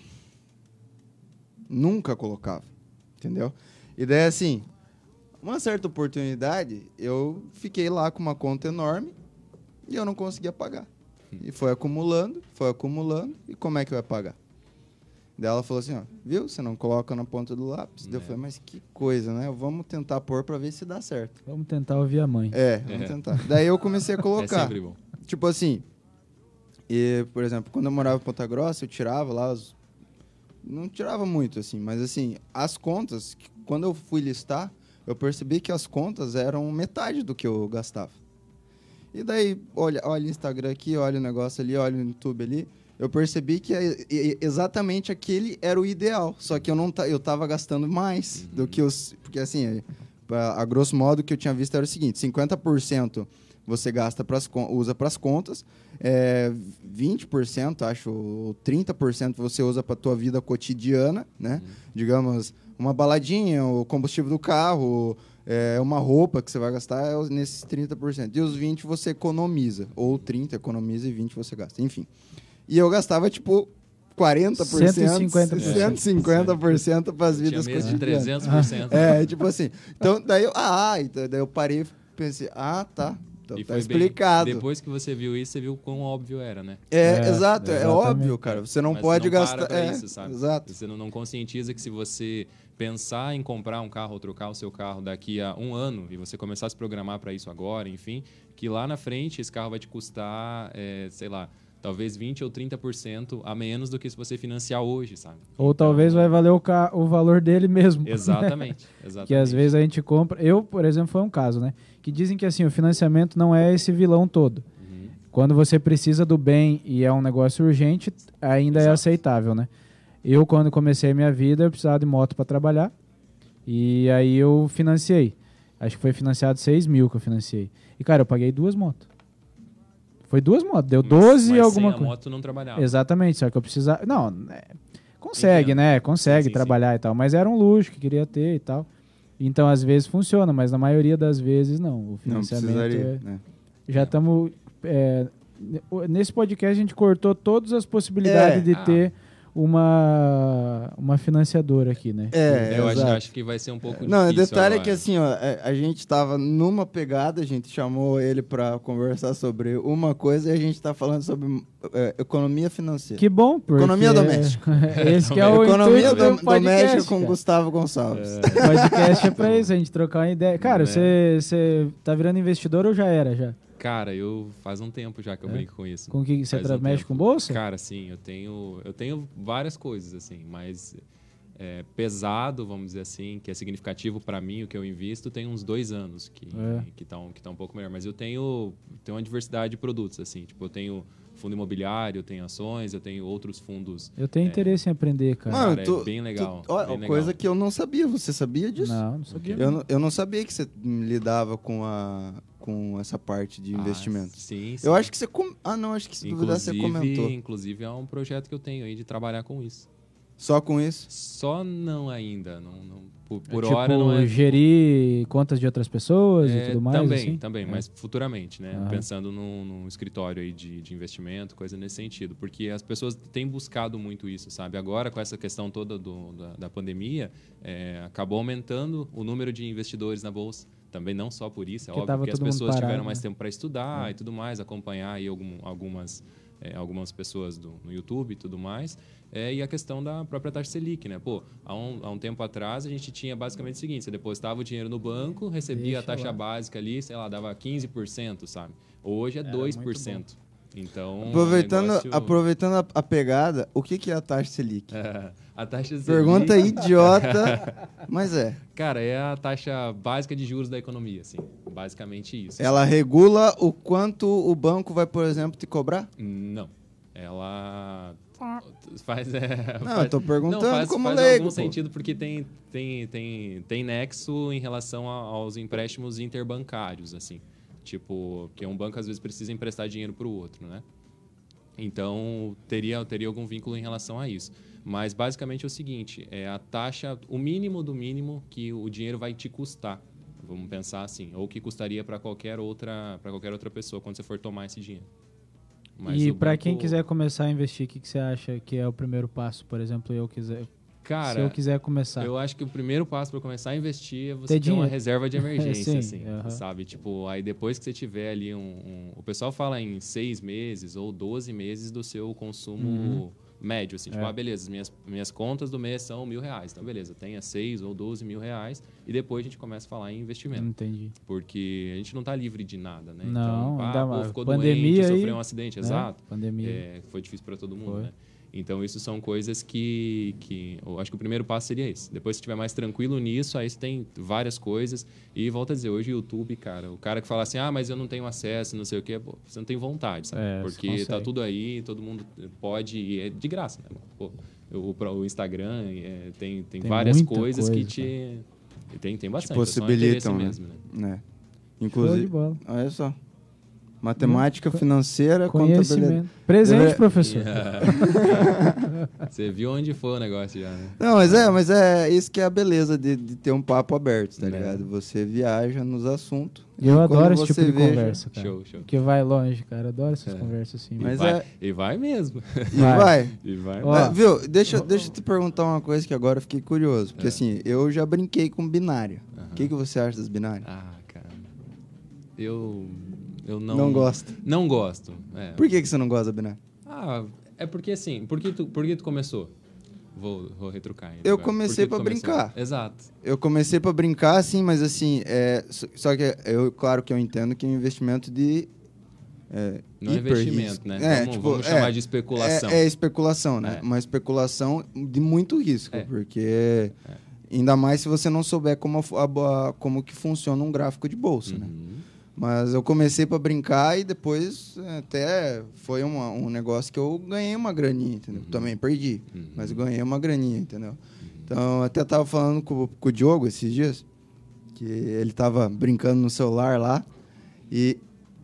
nunca colocava, entendeu? E daí, assim, uma certa oportunidade, eu fiquei lá com uma conta enorme e eu não conseguia pagar. E foi acumulando, e como é que vai pagar? Daí ela falou assim, ó, viu? Você não coloca na ponta do lápis. Daí eu falei, mas que coisa, né? Vamos tentar pôr pra ver se dá certo. Vamos tentar ouvir a mãe. Vamos tentar. Daí eu comecei a É colocar. sempre bom. Tipo assim, por exemplo, quando eu morava em Ponta Grossa, eu tirava lá não tirava muito, assim, mas assim, as contas, quando eu fui listar, eu percebi que as contas eram metade do que eu gastava. E daí, olha o Instagram aqui, olha o negócio ali, olha o YouTube ali, eu percebi que exatamente aquele era o ideal, só que eu tava gastando mais do que porque assim, a grosso modo o que eu tinha visto era o seguinte, 50% você gasta usa para as contas, 20%, acho, ou 30% você usa para a tua vida cotidiana, né? Digamos, uma baladinha, o combustível do carro, uma roupa que você vai gastar nesses 30%. E os 20% você economiza, ou 30% economiza e 20% você gasta, enfim. E eu gastava, tipo, 40%, 150% para as vidas Tinha mês de cotidianas. 300%. Tipo assim. Então, daí eu parei e pensei, tá. Então, E tá foi explicado. Depois que você viu isso, você viu quão óbvio era, né? Exato, é exatamente. óbvio, cara. Você não Mas pode você não gastar. para pra isso, sabe? Exato. Você não conscientiza que se você pensar em comprar um carro ou trocar o seu carro daqui a um ano e você começar a se programar para isso agora, enfim, que lá na frente esse carro vai te custar, sei lá, talvez 20% ou 30% a menos do que se você financiar hoje, sabe? Ou talvez vai valer o valor dele mesmo. Exatamente. Que às vezes a gente compra... Eu, por exemplo, foi um caso, né? Que dizem que assim, o financiamento não é esse vilão todo. Quando você precisa do bem e é um negócio urgente, ainda é aceitável, né? Eu, quando comecei a minha vida, eu precisava de moto para trabalhar. E aí eu financiei. Acho que foi financiado 6 mil que eu financiei. E, cara, eu paguei 2 motos. Foi 2 motos. Deu 12 mas alguma sem a coisa. moto não trabalhava. Exatamente, só que eu precisava... Não, consegue, Entendo. né? Consegue Sim, trabalhar e tal. Mas era um luxo que queria ter e tal. Então, às vezes funciona, mas na maioria das vezes não. O Não financiamento precisaria, né? já estamos... nesse podcast a gente cortou todas as possibilidades de ter uma financiadora aqui, né? Eu exato. acho que vai ser um pouco Não, o difícil detalhe é agora. que assim, ó, a gente tava numa pegada, a gente chamou ele pra conversar sobre uma coisa e a gente tá falando sobre economia financeira. Que bom, porque... Economia doméstica. Esse que é o Economia intuito do podcast, doméstica com cara. Gustavo Gonçalves. O podcast é pra isso, a gente trocar uma ideia. Cara, você tá virando investidor ou já era, já? Cara, faz um tempo já que eu brinco com isso. Com que você Faz um mexe tempo. com bolsa? Cara, sim, eu tenho várias coisas, assim, mas pesado, vamos dizer assim, que é significativo para mim, o que eu invisto, tem uns 2 anos que tá um pouco melhor. Mas eu tenho uma diversidade de produtos, assim, tipo, eu tenho fundo imobiliário, eu tenho ações, eu tenho outros fundos. Eu tenho interesse em aprender, cara. Mano, Cara, é bem legal. Olha, bem legal. coisa que eu não sabia. Você sabia disso? Não sabia. Eu não sabia que você lidava com com essa parte de investimento. Sim. Eu acho que você... acho que se duvidar você comentou. Inclusive, é um projeto que eu tenho aí de trabalhar com isso. Só com isso? Só não ainda. Por tipo, hora não é... gerir contas de outras pessoas e tudo mais? Também, mas futuramente, né? Aham. Pensando num escritório aí de investimento, coisa nesse sentido. Porque as pessoas têm buscado muito isso, sabe? Agora, com essa questão toda da pandemia, acabou aumentando o número de investidores na Bolsa. Também não só por isso, é Porque óbvio que as todo mundo pessoas parado, tiveram mais né? tempo para estudar e tudo mais, acompanhar aí algumas pessoas no YouTube e tudo mais. E a questão da própria taxa Selic, né? Pô, há um tempo atrás a gente tinha basicamente o seguinte: você depositava o dinheiro no banco, recebia a taxa básica ali, sei lá, dava 15%, sabe? Hoje é 2%. Então, aproveitando a pegada, o que é a taxa Selic? a taxa Selic... Pergunta idiota, mas é. Cara, é a taxa básica de juros da economia, assim. Basicamente isso. Ela regula o quanto o banco vai, por exemplo, te cobrar? Não. Ela faz... Não, eu tô perguntando faz leigo. algum sentido, porque tem nexo em relação aos empréstimos interbancários, assim. Tipo, que um banco às vezes precisa emprestar dinheiro para o outro, né? Então, teria algum vínculo em relação a isso. Mas, basicamente, é o seguinte, é a taxa, o mínimo do mínimo que o dinheiro vai te custar. Vamos pensar assim, ou que custaria para qualquer outra pessoa quando você for tomar esse dinheiro. Mas e para quem quiser começar a investir, o que você acha que é o primeiro passo? Por exemplo, Cara, se eu quiser começar. Eu acho que o primeiro passo para começar a investir é você ter uma reserva de emergência, assim, sabe? Tipo, aí depois que você tiver ali o pessoal fala em 6 meses ou 12 meses do seu consumo médio, assim. Tipo, beleza, minhas contas do mês são R$1.000. Então, beleza, tenha 6 ou 12 mil reais e depois a gente começa a falar em investimento. Entendi. Porque a gente não tá livre de nada, né? Não, então, ficou pandemia doente, sofreu um acidente, né? exato. Pandemia. Foi difícil para todo mundo, né? Então, isso são coisas que eu acho que o primeiro passo seria esse. Depois, se estiver mais tranquilo nisso, aí você tem várias coisas. E volta a dizer, hoje o YouTube, cara, o cara que fala assim, mas eu não tenho acesso, não sei o quê, pô, você não tem vontade, sabe? Porque tá tudo aí, todo mundo pode, e é de graça, né? Pô, o Instagram tem várias coisas que te... Tem bastante, possibilitam, é mesmo, né? Inclusive, show de bola. Olha só. Matemática financeira, conhecimento. Contabilidade. Presente, professor. Você viu onde foi o negócio já, né? Não, mas é isso que é a beleza de ter um papo aberto, tá ligado? Você viaja nos assuntos. E eu adoro esse tipo de conversa, cara. Show. Que vai longe, cara. Eu adoro essas conversas assim. Mas e vai mesmo. E vai. Viu? Deixa eu te perguntar uma coisa que agora eu fiquei curioso. Porque assim, eu já brinquei com binário. O que você acha das binárias? Cara. Eu não gosto. Não gosto. Por que você não gosta da binária? É porque assim, por que tu começou? Vou retrucar ainda. Eu comecei pra brincar. Exato. Eu comecei pra brincar, assim, mas assim, só que claro que eu entendo que é um investimento de... não é investimento, né? Vamos chamar de especulação. É especulação, né? Uma especulação de muito risco, porque... Ainda mais se você não souber como que funciona um gráfico de bolsa, né? Mas eu comecei para brincar e depois até foi um negócio que eu ganhei uma graninha, entendeu? Também perdi, mas eu ganhei uma graninha, entendeu? Então, eu até tava falando com o Diogo esses dias, que ele tava brincando no celular lá e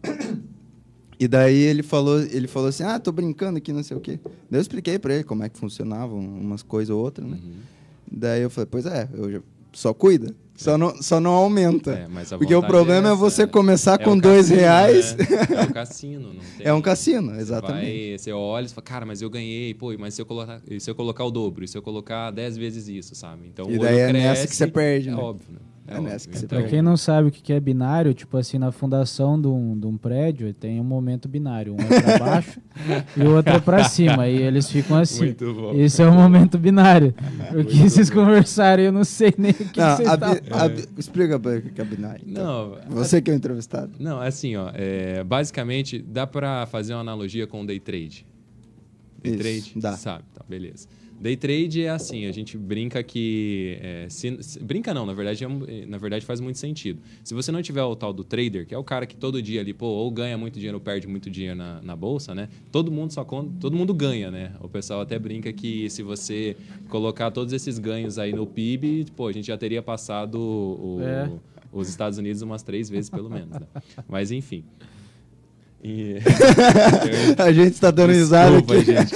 daí ele falou assim, tô brincando aqui, não sei o quê. Daí eu expliquei para ele como é que funcionavam umas coisas ou outras, né? Daí eu falei, pois só cuida. Só não aumenta. Porque o problema é você começar com R$2. Né? É um cassino. Não tem... É um cassino, exatamente. Você olha e fala, cara, mas eu ganhei. Pô, mas se eu colocar o dobro? E se eu colocar 10 vezes isso, sabe? Então, e daí é cresce, nessa que você perde, né? Óbvio, né? Nessa que você Pra perde. quem não sabe o que é binário, tipo assim, na fundação de um prédio tem um momento binário. Um é pra baixo e o outro é pra cima. E eles ficam assim. Muito bom. Esse é o momento binário. O que vocês conversaram, eu não sei nem o que vocês estavam... Explica pra ele o que é binário. Então. Não, você que é o entrevistado. Não, assim, basicamente, dá pra fazer uma analogia com o day trade. Day trade? Dá. Sabe, tá, beleza. Day trade é assim, a gente brinca que... brinca não, na verdade faz muito sentido. Se você não tiver o tal do trader, que é o cara que todo dia ali, ou ganha muito dinheiro ou perde muito dinheiro na bolsa, né? Todo mundo ganha, né? O pessoal até brinca que se você colocar todos esses ganhos aí no PIB, a gente já teria passado Os Estados Unidos umas 3 vezes, pelo menos. Né? Mas, enfim. A gente está dando risada aqui. Gente.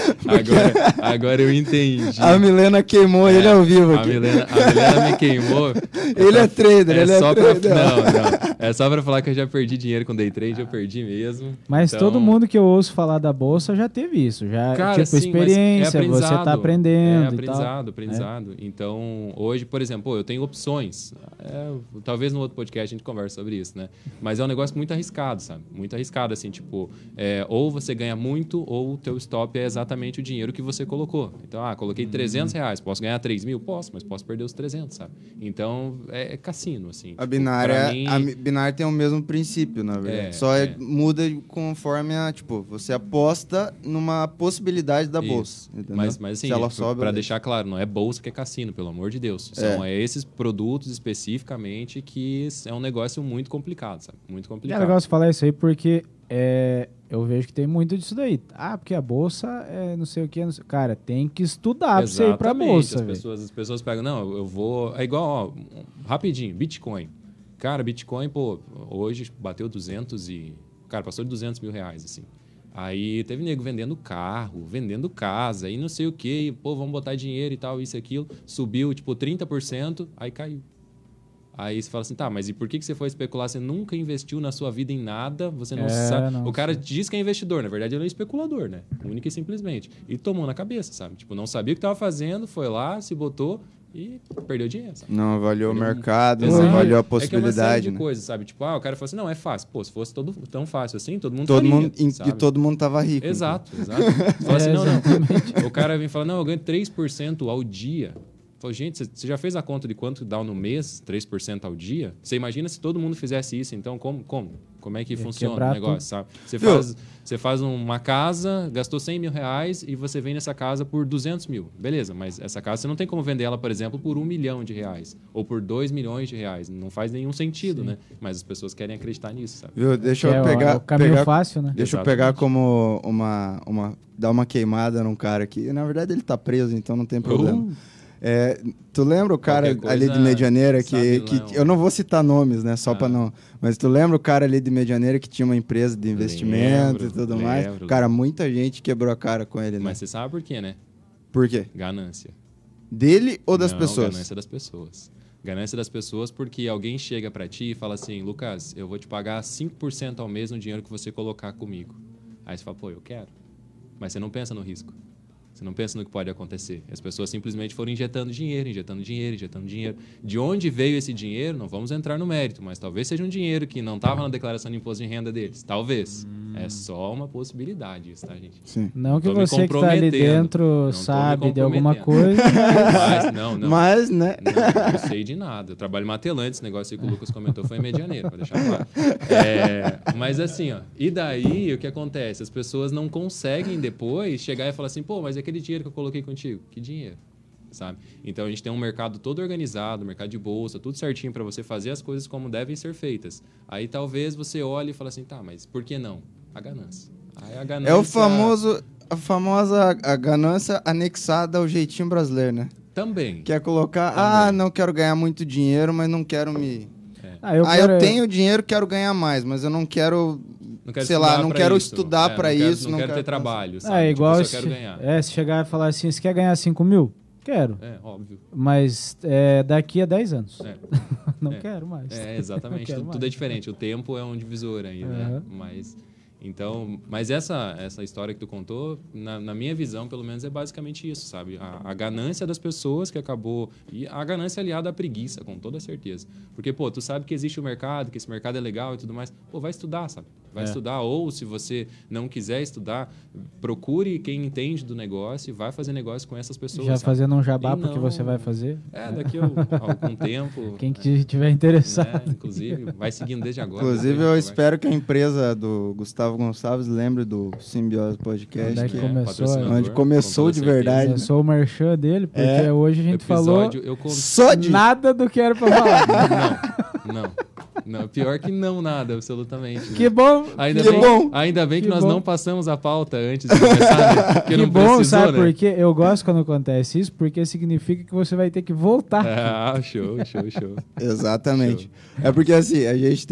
Agora eu entendi. A Milena queimou ele ao vivo a aqui. Milena me queimou. Ele é trader, ele é trader. Não. É só pra falar que eu já perdi dinheiro com day trade, eu perdi mesmo. Mas Então, todo mundo que eu ouço falar da bolsa já teve isso. Já, cara, tipo, sim, experiência, mas você tá aprendendo e tal. Aprendizado. Então, hoje, por exemplo, eu tenho opções. Talvez no outro podcast a gente converse sobre isso, né? Mas é um negócio muito arriscado, sabe? Muito arriscado, assim, tipo, ou você ganha muito, ou o teu stop é exatamente o dinheiro que você colocou. Então, coloquei R$300, posso ganhar 3 mil? Posso, mas posso perder os 300, sabe? Então, é cassino, assim. A binária tem o mesmo princípio, na verdade. Muda conforme você aposta numa possibilidade da bolsa. Mas assim, para deixar claro, não é bolsa que é cassino, pelo amor de Deus. São esses produtos especificamente que é um negócio muito complicado, sabe? Muito complicado. É legal você falar isso aí porque eu vejo que tem muito disso daí. Não bolsa é não sei o que. Cara, tem que estudar pra você ir pra bolsa. As pessoas pegam, não, eu vou... É igual, rapidinho, Bitcoin. Cara, Bitcoin, hoje bateu 200 e... Cara, passou de 200 mil reais, assim. Aí teve nego vendendo carro, vendendo casa, e não sei o quê. E, vamos botar dinheiro e tal, isso e aquilo. Subiu, 30%, aí caiu. Aí você fala assim, tá, mas e por que você foi especular? Você nunca investiu na sua vida em nada, você não sabe. O cara diz que é investidor, na verdade ele é especulador, né? Única e simplesmente. E tomou na cabeça, sabe? Não sabia o que estava fazendo, foi lá, se botou e perdeu dinheiro, sabe? Não avaliou o mercado, não avaliou a possibilidade. É que é uma série de coisas, sabe? O cara falou assim, não, é fácil. Se fosse tão fácil assim, todo mundo faria, e todo mundo tava rico. Exato. Você fala assim, não. O cara vem falar, não, eu ganho 3% ao dia. Falei, gente, você já fez a conta de quanto dá no mês, 3% ao dia? Você imagina se todo mundo fizesse isso, então como é que funciona o negócio, sabe? Você faz uma casa, gastou 100 mil reais e você vende essa casa por 200 mil. Beleza, mas essa casa você não tem como vender ela, por exemplo, por 1 milhão de reais ou por 2 milhões de reais. Não faz nenhum sentido, né? Mas as pessoas querem acreditar nisso, sabe? Viu? Deixa eu pegar... o caminho fácil, né? Deixa eu pegar como dar uma queimada num cara aqui. Na verdade, ele tá preso, então não tem problema. Tu lembra o cara ali de Medianeira que eu não vou citar nomes, né? Só pra não... Mas tu lembra o cara ali de Medianeira que tinha uma empresa de investimento e tudo mais? Cara, muita gente quebrou a cara com ele, né? Mas você sabe por quê, né? Por quê? Ganância. Dele ou das pessoas? Ganância das pessoas. Ganância das pessoas porque alguém chega pra ti e fala assim, Lucas, eu vou te pagar 5% ao mês no dinheiro que você colocar comigo. Aí você fala, eu quero. Mas você não pensa no risco. Você não pensa no que pode acontecer. As pessoas simplesmente foram injetando dinheiro. De onde veio esse dinheiro? Não vamos entrar no mérito, mas talvez seja um dinheiro que não estava na declaração de imposto de renda deles. Talvez. É só uma possibilidade isso, tá, gente? Sim. Não que você que está ali dentro sabe de alguma coisa. Mas, né? Não sei de nada. Eu trabalho matelante, esse negócio aí que o Lucas comentou foi em Medianeira, para deixar claro. Mas assim, e daí o que acontece? As pessoas não conseguem depois chegar e falar assim, mas aquele dinheiro que eu coloquei contigo, que dinheiro? Sabe? Então a gente tem um mercado todo organizado, mercado de bolsa, tudo certinho para você fazer as coisas como devem ser feitas. Aí talvez você olhe e fale assim, tá, mas por que não? A ganância. Aí a ganância... É a famosa ganância anexada ao jeitinho brasileiro, né? Também. Quer colocar, não quero ganhar muito dinheiro, mas não quero me... Eu tenho dinheiro, quero ganhar mais, mas eu não quero... não quero estudar para isso. Não quero ter trabalho, sabe? Igual eu só quero ganhar. Se chegar e falar assim, você quer ganhar 5 mil? Quero. Óbvio. Mas daqui a 10 anos. Não quero mais. Exatamente. Tudo é diferente. O tempo é um divisor aí, né? Mas essa história que tu contou, na minha visão, pelo menos, é basicamente isso, sabe? A ganância das pessoas que acabou... E a ganância aliada à preguiça, com toda certeza. Porque, tu sabe que existe o mercado, que esse mercado é legal e tudo mais. Vai estudar, sabe? Vai estudar. Ou, se você não quiser estudar, procure quem entende do negócio e vai fazer negócio com essas pessoas. Já fazendo um jabá porque você vai fazer. Daqui a algum tempo. Quem que tiver interessado. Inclusive, vai seguindo desde agora. Inclusive, eu espero que a empresa do Gustavo Gonçalves lembre do Simbiose Podcast. Onde começou de verdade. Eu sou o merchan dele, porque hoje a gente falou nada do que era pra falar. Não. Não, pior que não, nada, absolutamente. Né? Que bom! Ainda bem que Que nós bom. não passamos a pauta antes de começar, né? Porque Que não bom, precisou, sabe né? por quê? Eu gosto quando acontece isso, porque significa que você vai ter que voltar. Ah, show. Exatamente. É porque assim, a gente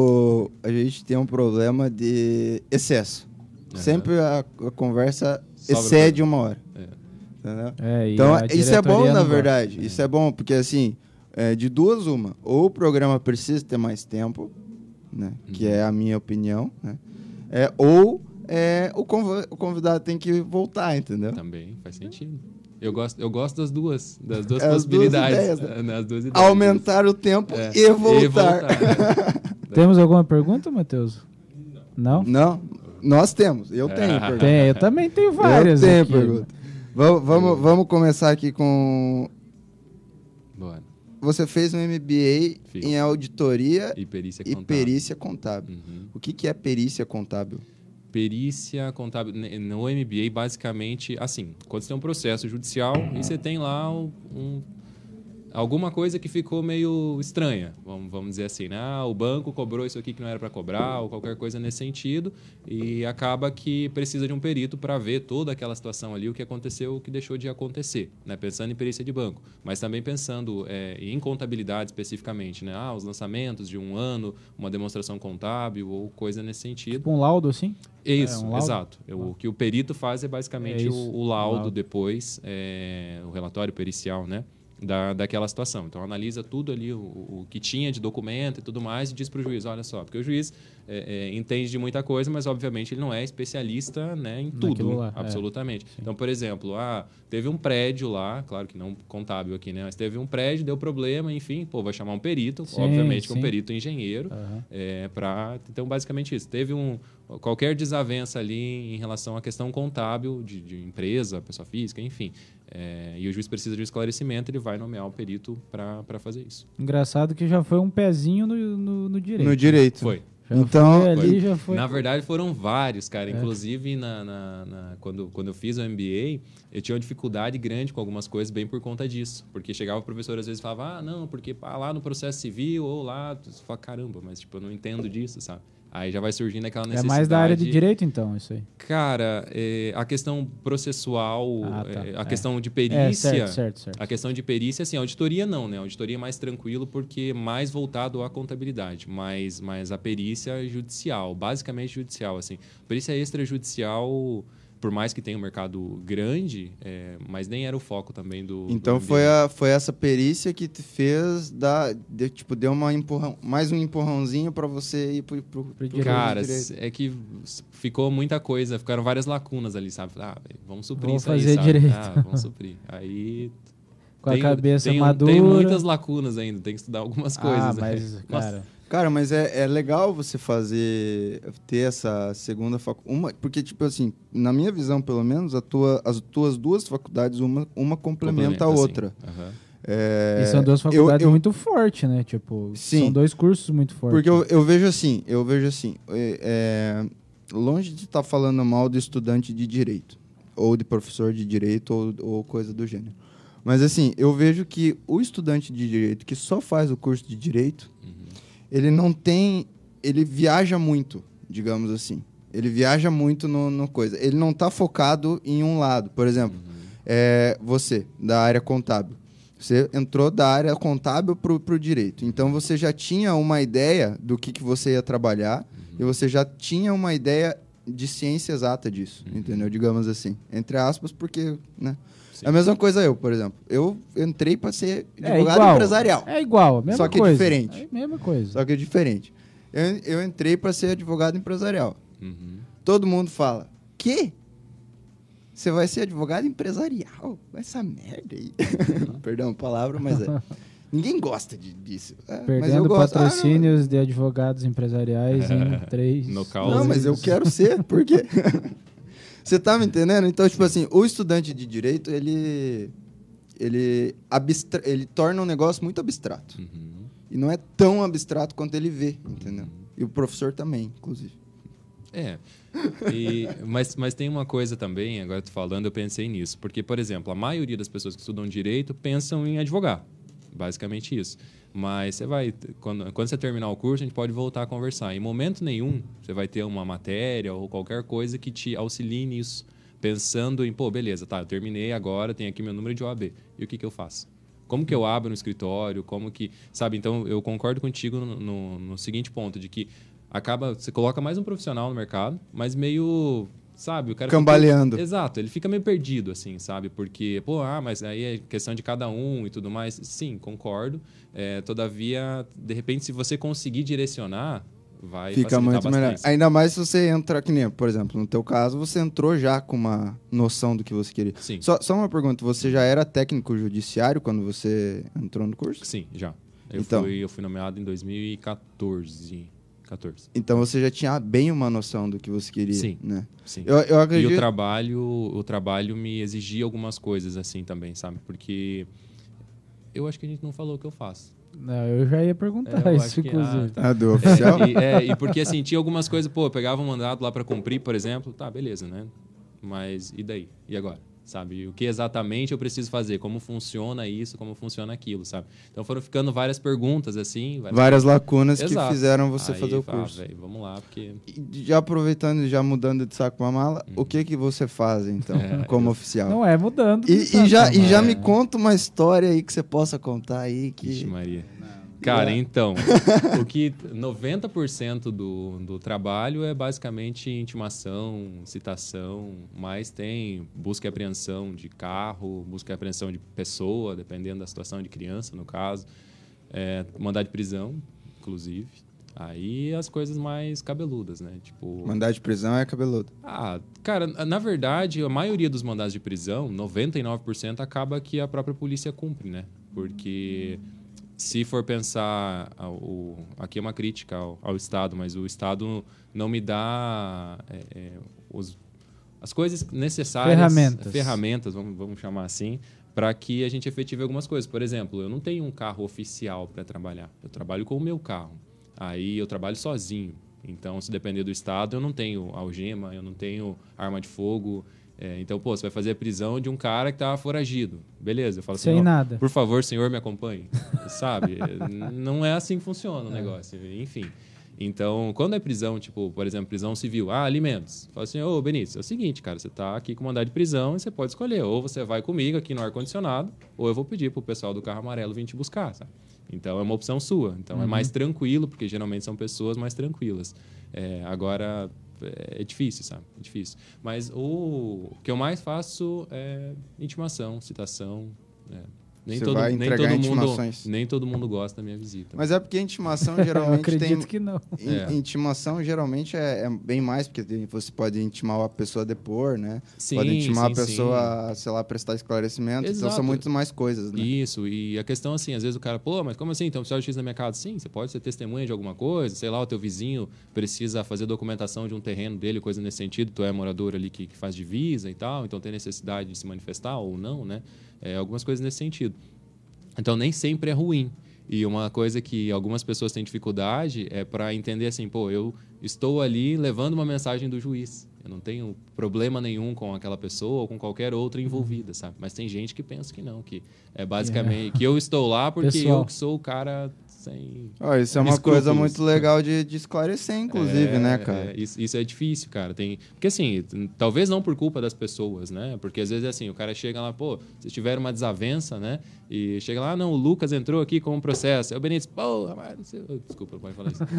tem um problema de excesso. Sempre a conversa Sobra excede 1 hora. É. Entendeu? E Então, a isso é bom, diretoria na não gosta. verdade. Isso é bom, porque assim, de duas uma. Ou o programa precisa ter mais tempo, né? Que é a minha opinião, né? Ou o convidado tem que voltar, entendeu? Também faz sentido. Eu gosto das duas As duas possibilidades. ideias, né? Nas duas ideias. Aumentar o tempo É. e voltar. Temos alguma pergunta, Matheus? Não? Não? Nós temos. Eu tenho pergunta. Tem, eu também tenho várias Eu tenho aqui. pergunta. Vamos começar aqui com... Bora. Você fez um MBA Fiz. em auditoria E perícia e contábil. perícia contábil. Uhum. O que é perícia contábil? Perícia contábil. No MBA, basicamente, assim, quando você tem um processo judicial e você tem lá alguma coisa que ficou meio estranha, vamos dizer assim, né? O banco cobrou isso aqui que não era para cobrar, ou qualquer coisa nesse sentido, e acaba que precisa de um perito para ver toda aquela situação ali, o que aconteceu, o que deixou de acontecer, né? Pensando em perícia de banco, mas também pensando em contabilidade especificamente, né? Os lançamentos de 1 ano, uma demonstração contábil ou coisa nesse sentido. Tipo um laudo, assim? Isso, um laudo? exato. O que o perito faz é basicamente É isso, o laudo laudo. depois, o relatório pericial, né? Daquela situação. Então, analisa tudo ali, o que tinha de documento e tudo mais, e diz para o juiz, olha só, porque o juiz entende de muita coisa, mas, obviamente, ele não é especialista, né, em Naquilo tudo, lá, absolutamente. Então, por exemplo, teve um prédio lá, claro que não contábil aqui, né, mas teve um prédio, deu problema, enfim, vai chamar um perito, Sim, obviamente, que sim. um perito engenheiro, Aham. então, basicamente isso. Teve qualquer desavença ali em relação à questão contábil de empresa, pessoa física, enfim. E o juiz precisa de um esclarecimento, ele vai nomear um perito para fazer isso. Engraçado que já foi um pezinho no direito. No direito. Foi. Já Então, foi ali, já foi. Na verdade, foram vários, cara. Inclusive, quando eu fiz o MBA, eu tinha uma dificuldade grande com algumas coisas bem por conta disso. Porque chegava o professor, às vezes, e falava, não, porque lá no processo civil ou lá... Você fala, caramba, mas tipo, eu não entendo disso, sabe? Aí já vai surgindo aquela É necessidade... mais da área de direito, então, isso aí. Cara, a questão processual, tá. a questão de perícia... Certo. A questão de perícia, assim, auditoria não, né? Auditoria é mais tranquilo porque é mais voltado à contabilidade, mas a perícia basicamente judicial, assim. Perícia extrajudicial, por mais que tenha um mercado grande, mas nem era o foco também do... Então do MBA. foi essa perícia que te fez deu mais um empurrãozinho para você ir pro direito. Cara, direito. é que ficou muita coisa, ficaram várias lacunas ali, sabe? Vamos suprir Vou isso aí, fazer sabe? direito. Vamos suprir. Aí... Com a cabeça madura. Tem muitas lacunas ainda, tem que estudar algumas coisas. Mas, cara... Cara, mas é legal você ter essa segunda faculdade. Porque, tipo assim, na minha visão, pelo menos, as tuas duas faculdades, uma complementa a outra. Assim. Uhum. E são duas faculdades muito fortes, né? Tipo, Sim. são 2 cursos muito fortes. Porque eu vejo assim, longe de estar falando mal do estudante de direito, ou de professor de direito, ou coisa do gênero. Mas assim, eu vejo que o estudante de direito que só faz o curso de direito, ele viaja muito, digamos assim. Ele viaja muito no coisa. Ele não está focado em um lado. Por exemplo, você, da área contábil. Você entrou da área contábil para o direito. Então, você já tinha uma ideia do que você ia trabalhar e você já tinha uma ideia de ciência exata disso, entendeu? Digamos assim. Entre aspas, porque, né? Sim. É a mesma coisa eu, por exemplo. Eu entrei para ser advogado empresarial. É igual, a mesma Só que coisa. diferente. É a mesma coisa. Só que é diferente. Eu entrei para ser advogado empresarial. Todo mundo fala, que? Você vai ser advogado empresarial? Essa merda aí. Perdão a palavra, mas ninguém gosta disso. Mas eu Perdendo gosto. patrocínios de advogados empresariais em 3... Não, mas eu quero ser, por quê? Você tá me entendendo? Então, tipo assim, o estudante de direito, ele torna um negócio muito abstrato. E não é tão abstrato quanto ele vê, entendeu? E o professor também, inclusive. Mas tem uma coisa também, agora tô falando, eu pensei nisso. Porque, por exemplo, a maioria das pessoas que estudam direito pensam em advogar. Basicamente isso. Mas você vai, quando você terminar o curso, a gente pode voltar a conversar. Em momento nenhum, você vai ter uma matéria ou qualquer coisa que te auxilie nisso. Pensando em, pô, beleza, tá, eu terminei agora, tenho aqui meu número de OAB. E o que eu faço? Como que eu abro no escritório? Como que... Sabe, então eu concordo contigo no seguinte ponto, de que você coloca mais um profissional no mercado, mas meio... Sabe, o cara Cambaleando. Exato, ele fica meio perdido, assim, sabe? Porque, pô, mas aí é questão de cada um e tudo mais. Sim, concordo. Todavia, de repente, se você conseguir direcionar, vai Fica facilitar muito melhor. bastante. Ainda mais se você entra, que nem, por exemplo, no teu caso, você entrou já com uma noção do que você queria. Sim. Só uma pergunta, você já era técnico judiciário quando você entrou no curso? Sim, já. Então. Eu fui nomeado em 2014. Então você já tinha bem uma noção do que você queria, Sim. né? Sim. Eu acredito... E o trabalho me exigia algumas coisas assim também, sabe? Porque eu acho que a gente não falou o que eu faço. Não, eu já ia perguntar Eu isso, acho que- inclusive. do oficial? E porque assim, tinha algumas coisas, pô, eu pegava um mandato lá para cumprir, por exemplo, tá, beleza, né? Mas e daí? E agora? Sabe? O que exatamente eu preciso fazer? Como funciona isso? Como funciona aquilo, sabe? Então foram ficando várias perguntas assim, Várias lacunas Exato. que fizeram você Aí, fazer o curso. velho, vamos lá, porque E já aproveitando e já mudando de saco pra mala, o que você faz, então, como oficial? Não é mudando. E já me conta uma história aí que você possa contar aí Vixe, que... Maria. Cara, então, o que 90% do trabalho é basicamente intimação, citação, mas tem busca e apreensão de carro, busca e apreensão de pessoa, dependendo da situação de criança, no caso, mandado de prisão, inclusive. Aí as coisas mais cabeludas, né? Tipo, Mandado de prisão é cabeludo. cara, na verdade, a maioria dos mandados de prisão, 99%, acaba que a própria polícia cumpre, né? Porque se for pensar, aqui é uma crítica ao Estado, mas o Estado não me dá as coisas necessárias, ferramentas, vamos chamar assim, para que a gente efetive algumas coisas. Por exemplo, eu não tenho um carro oficial para trabalhar, eu trabalho com o meu carro. Aí eu trabalho sozinho. Então, se depender do Estado, eu não tenho algema, eu não tenho arma de fogo. Então, pô, você vai fazer a prisão de um cara que estava foragido. Beleza, eu falo assim, Sem nada. por favor, senhor, me acompanhe. Sabe? Não é assim que funciona o negócio. Enfim. Então, quando é prisão, tipo, por exemplo, prisão civil, alimentos. Fala assim, ô, Benício, é o seguinte, cara, você tá aqui com mandado de prisão e você pode escolher. Ou você vai comigo aqui no ar-condicionado, ou eu vou pedir pro pessoal do carro amarelo vir te buscar, sabe? Então, é uma opção sua. Então, é mais tranquilo, porque geralmente são pessoas mais tranquilas. Agora, é difícil, sabe? É difícil. Mas o que eu mais faço é intimação, citação. Nem Você todo, vai nem entregar todo mundo, intimações. nem todo mundo gosta da minha visita. Mas é porque a intimação Eu geralmente acredito tem... que não. Intimação geralmente é bem mais, porque você pode intimar a pessoa a depor, né? Sim, pode intimar sim, a pessoa, sei lá, prestar esclarecimento. Então Exato. são muito mais coisas, né? Isso, e a questão assim, às vezes o cara, pô, mas como assim? Então, oficial de justiça na minha casa? Sim, você pode ser testemunha de alguma coisa, sei lá, o teu vizinho precisa fazer documentação de um terreno dele, coisa nesse sentido, tu é morador ali que faz divisa e tal, então tem necessidade de se manifestar ou não, né? Algumas coisas nesse sentido. Então, nem sempre é ruim. E uma coisa que algumas pessoas têm dificuldade é para entender assim, pô, eu estou ali levando uma mensagem do juiz. Eu não tenho problema nenhum com aquela pessoa ou com qualquer outra envolvida, sabe? Mas tem gente que pensa que não, que é basicamente que eu estou lá porque Pessoal. eu que sou o cara sem Isso é uma escrúpulos. coisa muito legal de esclarecer, inclusive, né, cara? Isso é difícil, cara. Porque assim, talvez não por culpa das pessoas, né? Porque às vezes assim, o cara chega lá, pô, vocês tiveram uma desavença, né? E chega lá, não, o Lucas entrou aqui com um processo. Aí o Benítez, pô, mas não sei... Desculpa, não pode falar isso.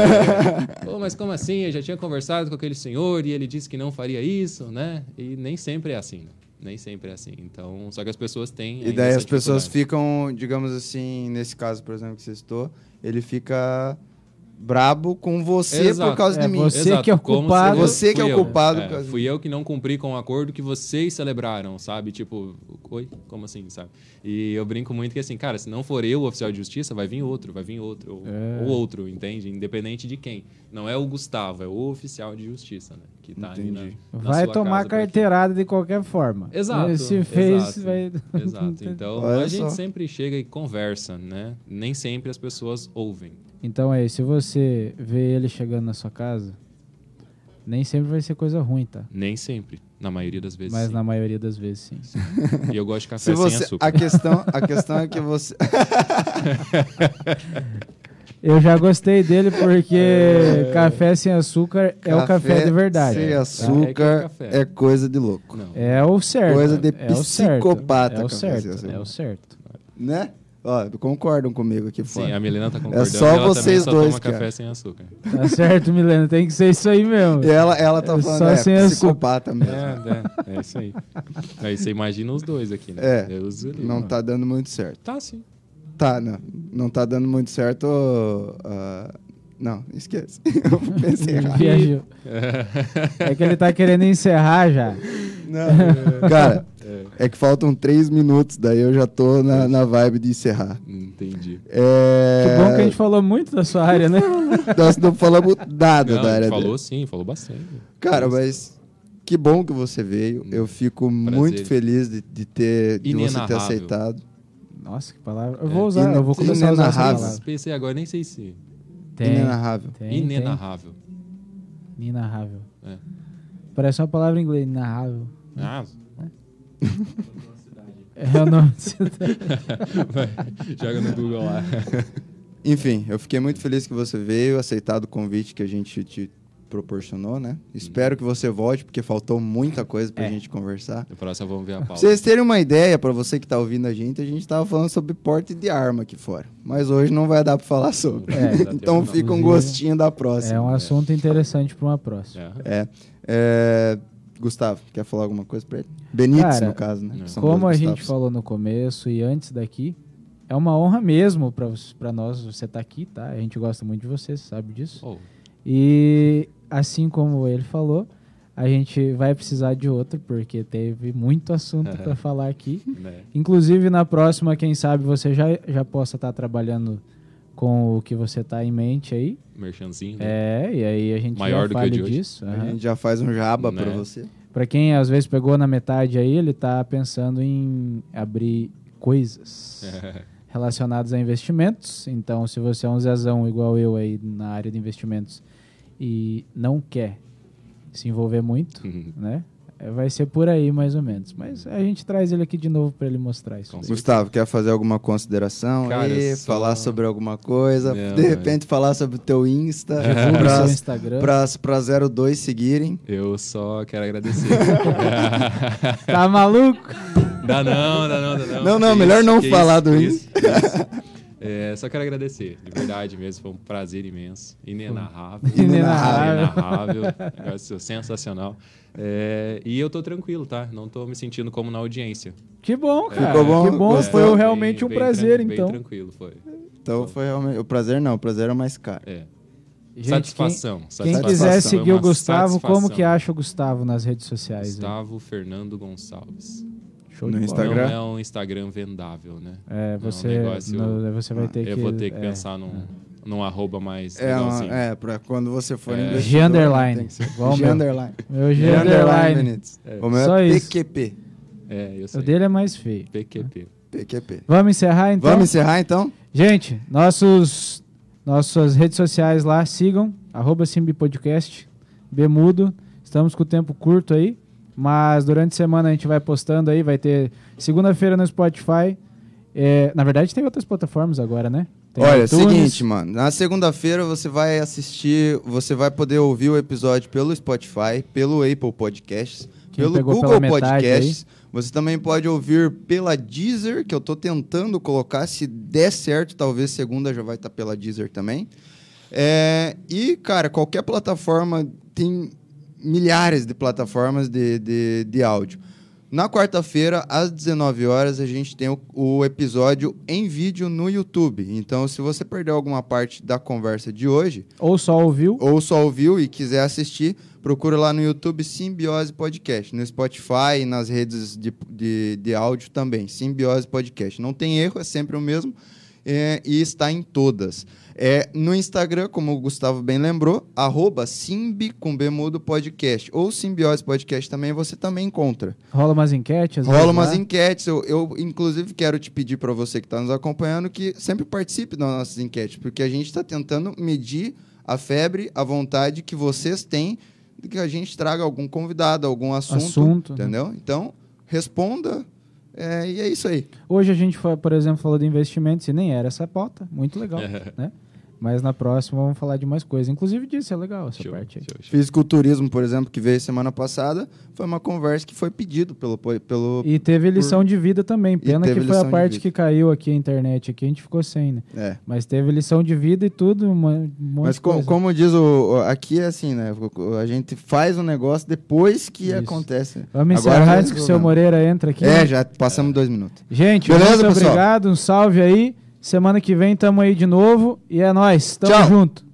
Pô, mas como assim? Eu já tinha conversado com aquele senhor e ele disse que não faria isso, né? E nem sempre é assim, né? Nem sempre é assim. Então, só que as pessoas têm... E daí as pessoas ficam, digamos assim, nesse caso, por exemplo, que você citou, ele fica brabo com você Exato. por causa de mim. Você Exato, que é o como culpado. se Você que é fui o eu. culpado por causa Fui eu que não cumpri com o acordo que vocês celebraram, sabe? Tipo, oi? Como assim, sabe? E eu brinco muito que assim, cara, se não for eu o oficial de justiça, vai vir outro. Ou outro, entende? Independente de quem. Não é o Gustavo, é o oficial de justiça, né? Que tá ali na Vai sua tomar casa pra carteirada de qualquer forma. Exato. Se fez, exato, vai... Exato. Então, Olha a gente só. sempre chega e conversa, né? Nem sempre as pessoas ouvem. Então se você vê ele chegando na sua casa, Nem sempre vai ser coisa ruim, tá? Nem sempre. Na maioria das vezes, Mas sim. na maioria das vezes, sim. E eu gosto de café Se você, sem açúcar. a questão é que você... Eu já gostei dele porque café sem açúcar é o café de verdade. Sem tá? açúcar É café. é coisa de louco. Não. É o certo. Coisa de é o certo, psicopata, É o café certo. sem açúcar. É o certo. Né? Ó, concordam comigo aqui Sim, fora. a Milena tá concordando. só ela vocês também dois só que toma café acham. sem açúcar. Tá certo, Milena. Tem que ser isso aí mesmo. E ela tá É falando, só sem açúcar. psicopata mesmo. É isso aí. Aí você imagina os dois aqui, né? É, Deus o livre. Não tá dando muito certo. Tá sim. Tá, não tá dando muito certo. Não, esquece. Eu pensei errado. Viajou. É que ele tá querendo encerrar já. Não, cara, é que faltam 3 minutos, daí eu já tô na vibe de encerrar. Entendi. Que bom que a gente falou muito da sua área, né? Nós não falamos nada Não, da a área gente falou dele. sim, falou bastante. Cara, mas que bom que você veio. Eu fico muito feliz de você ter Inenarrável. aceitado. Nossa, que palavra. Eu vou usar, eu vou começar a usar essa Inenarrável. palavra. Pensei agora, nem sei se... Inenarrável. Tem. Inenarrável. Inenarrável. É. Parece uma palavra em inglês, inenarrável. Ah, É o nome da cidade. vai, joga no Google lá. Enfim, eu fiquei muito feliz que você veio, aceitado o convite que a gente te proporcionou, né? Espero que você volte, porque faltou muita coisa pra gente conversar. No próximo vamos ver a Pra pauta. vocês terem uma ideia, pra você que tá ouvindo a gente tava falando sobre porte de arma aqui fora. Mas hoje não vai dar pra falar sobre. Então fica um gostinho da próxima. É um assunto interessante para uma próxima. Gustavo, quer falar alguma coisa pra ele? Benítez, Cara, no caso, né? São Como a dois gente Gustavos. falou no começo e antes daqui, é uma honra mesmo para nós você estar aqui, tá? A gente gosta muito de você, você sabe disso. Oh, E assim como ele falou, a gente vai precisar de outro, porque teve muito assunto para falar aqui. né? Inclusive, na próxima, quem sabe você já possa estar trabalhando com o que você tá em mente aí. Merchanzinho. Né? E aí a gente Maior já do que o fale de hoje. disso. A aham. gente já faz um jaba Né? pra você. Para quem às vezes pegou na metade aí, ele tá pensando em abrir coisas relacionadas a investimentos. Então, se você é um zezão igual eu aí na área de investimentos e não quer se envolver muito, né? Vai ser por aí mais ou menos. Mas a gente traz ele aqui de novo para ele mostrar isso. Com daí. Gustavo, quer fazer alguma consideração Cara, aí? só- Falar sobre alguma coisa? Não, de repente falar sobre o teu Insta? Divulga pra, seu Instagram. pra 02 seguirem. Eu só quero agradecer. Tá maluco? Dá não. Não, Que melhor isso, não que falar do isso. Só quero agradecer, de verdade mesmo, foi um prazer imenso, inenarrável, Inenarrável. negócio sensacional. E eu tô tranquilo, tá? Não tô me sentindo como na audiência. Que bom, cara. Ficou bom? Que bom. Gostou? Foi realmente um Bem prazer, bem então. tranquilo, foi. Então foi realmente. O prazer não, o prazer é mais caro. Gente, Satisfação. Quem satisfação. quiser Foi seguir o uma Gustavo, como satisfação. que acha o Gustavo nas redes sociais? aí? Gustavo Fernando Gonçalves. Show No de bola. Instagram? Não é um Instagram vendável, né? Você, Não, negócio- você vai ter Eu que... vou ter que pensar num arroba mais É, legalzinho. pra quando você for É. investidor. G underline. tem que ser. Igual o G meu. underline. Meu G G underline. Benítez. O meu Só é isso. PQP. Eu O sei. dele é mais feio. PQP. PQP. Vamos encerrar, então? Vamos encerrar então? Gente, nossas redes sociais lá, sigam, @simbipodcast, Bemudo. Estamos com o tempo curto aí, mas durante a semana a gente vai postando aí, vai ter segunda-feira no Spotify. Na verdade tem outras plataformas agora, né? Tem Olha, iTunes. seguinte, mano. Na segunda-feira você vai assistir, você vai poder ouvir o episódio pelo Spotify, pelo Apple Podcasts, Quem pelo pegou Google pela metade Podcasts. Você também pode ouvir pela Deezer, que eu tô tentando colocar. Se der certo, talvez segunda já vai estar pela Deezer também. E, cara, qualquer plataforma, tem milhares de plataformas de áudio. Na quarta-feira, às 19 horas, a gente tem o episódio em vídeo no YouTube. Então, se você perdeu alguma parte da conversa de hoje, Ou só ouviu. ou só ouviu e quiser assistir, procura lá no YouTube Simbiose Podcast. No Spotify e nas redes de áudio também, Simbiose Podcast. Não tem erro, é sempre o mesmo. E está em todas. No Instagram, como o Gustavo bem lembrou, @simbi com Bemudo Podcast. Ou Simbiose Podcast também, você também encontra. Rola umas enquetes. às Rola vezes, umas lá. enquetes. Eu, inclusive, quero te pedir para você que está nos acompanhando que sempre participe das nossas enquetes, porque a gente está tentando medir a febre, a vontade que vocês têm que a gente traga algum convidado, algum assunto, Assunto, né? entendeu? Então, responda e é isso aí. Hoje a gente, por exemplo, falou de investimentos e nem era essa pauta. Muito legal, né? Mas na próxima vamos falar de mais coisas. Inclusive disso, é legal essa parte aí. Fisiculturismo, por exemplo, que veio semana passada, foi uma conversa que foi pedido pelo E teve lição de vida também. Pena que foi a parte que caiu aqui a internet. Aqui a gente ficou sem, né? Mas teve lição de vida e tudo. Mas como diz aqui é assim, né? A gente faz um negócio depois que acontece. Vamos encerrar antes que o seu Moreira entra aqui. Já passamos 2 minutos. Gente, beleza, muito pessoal? obrigado. Um salve aí. Semana que vem tamo aí de novo. E é nóis. Tamo Tchau. junto.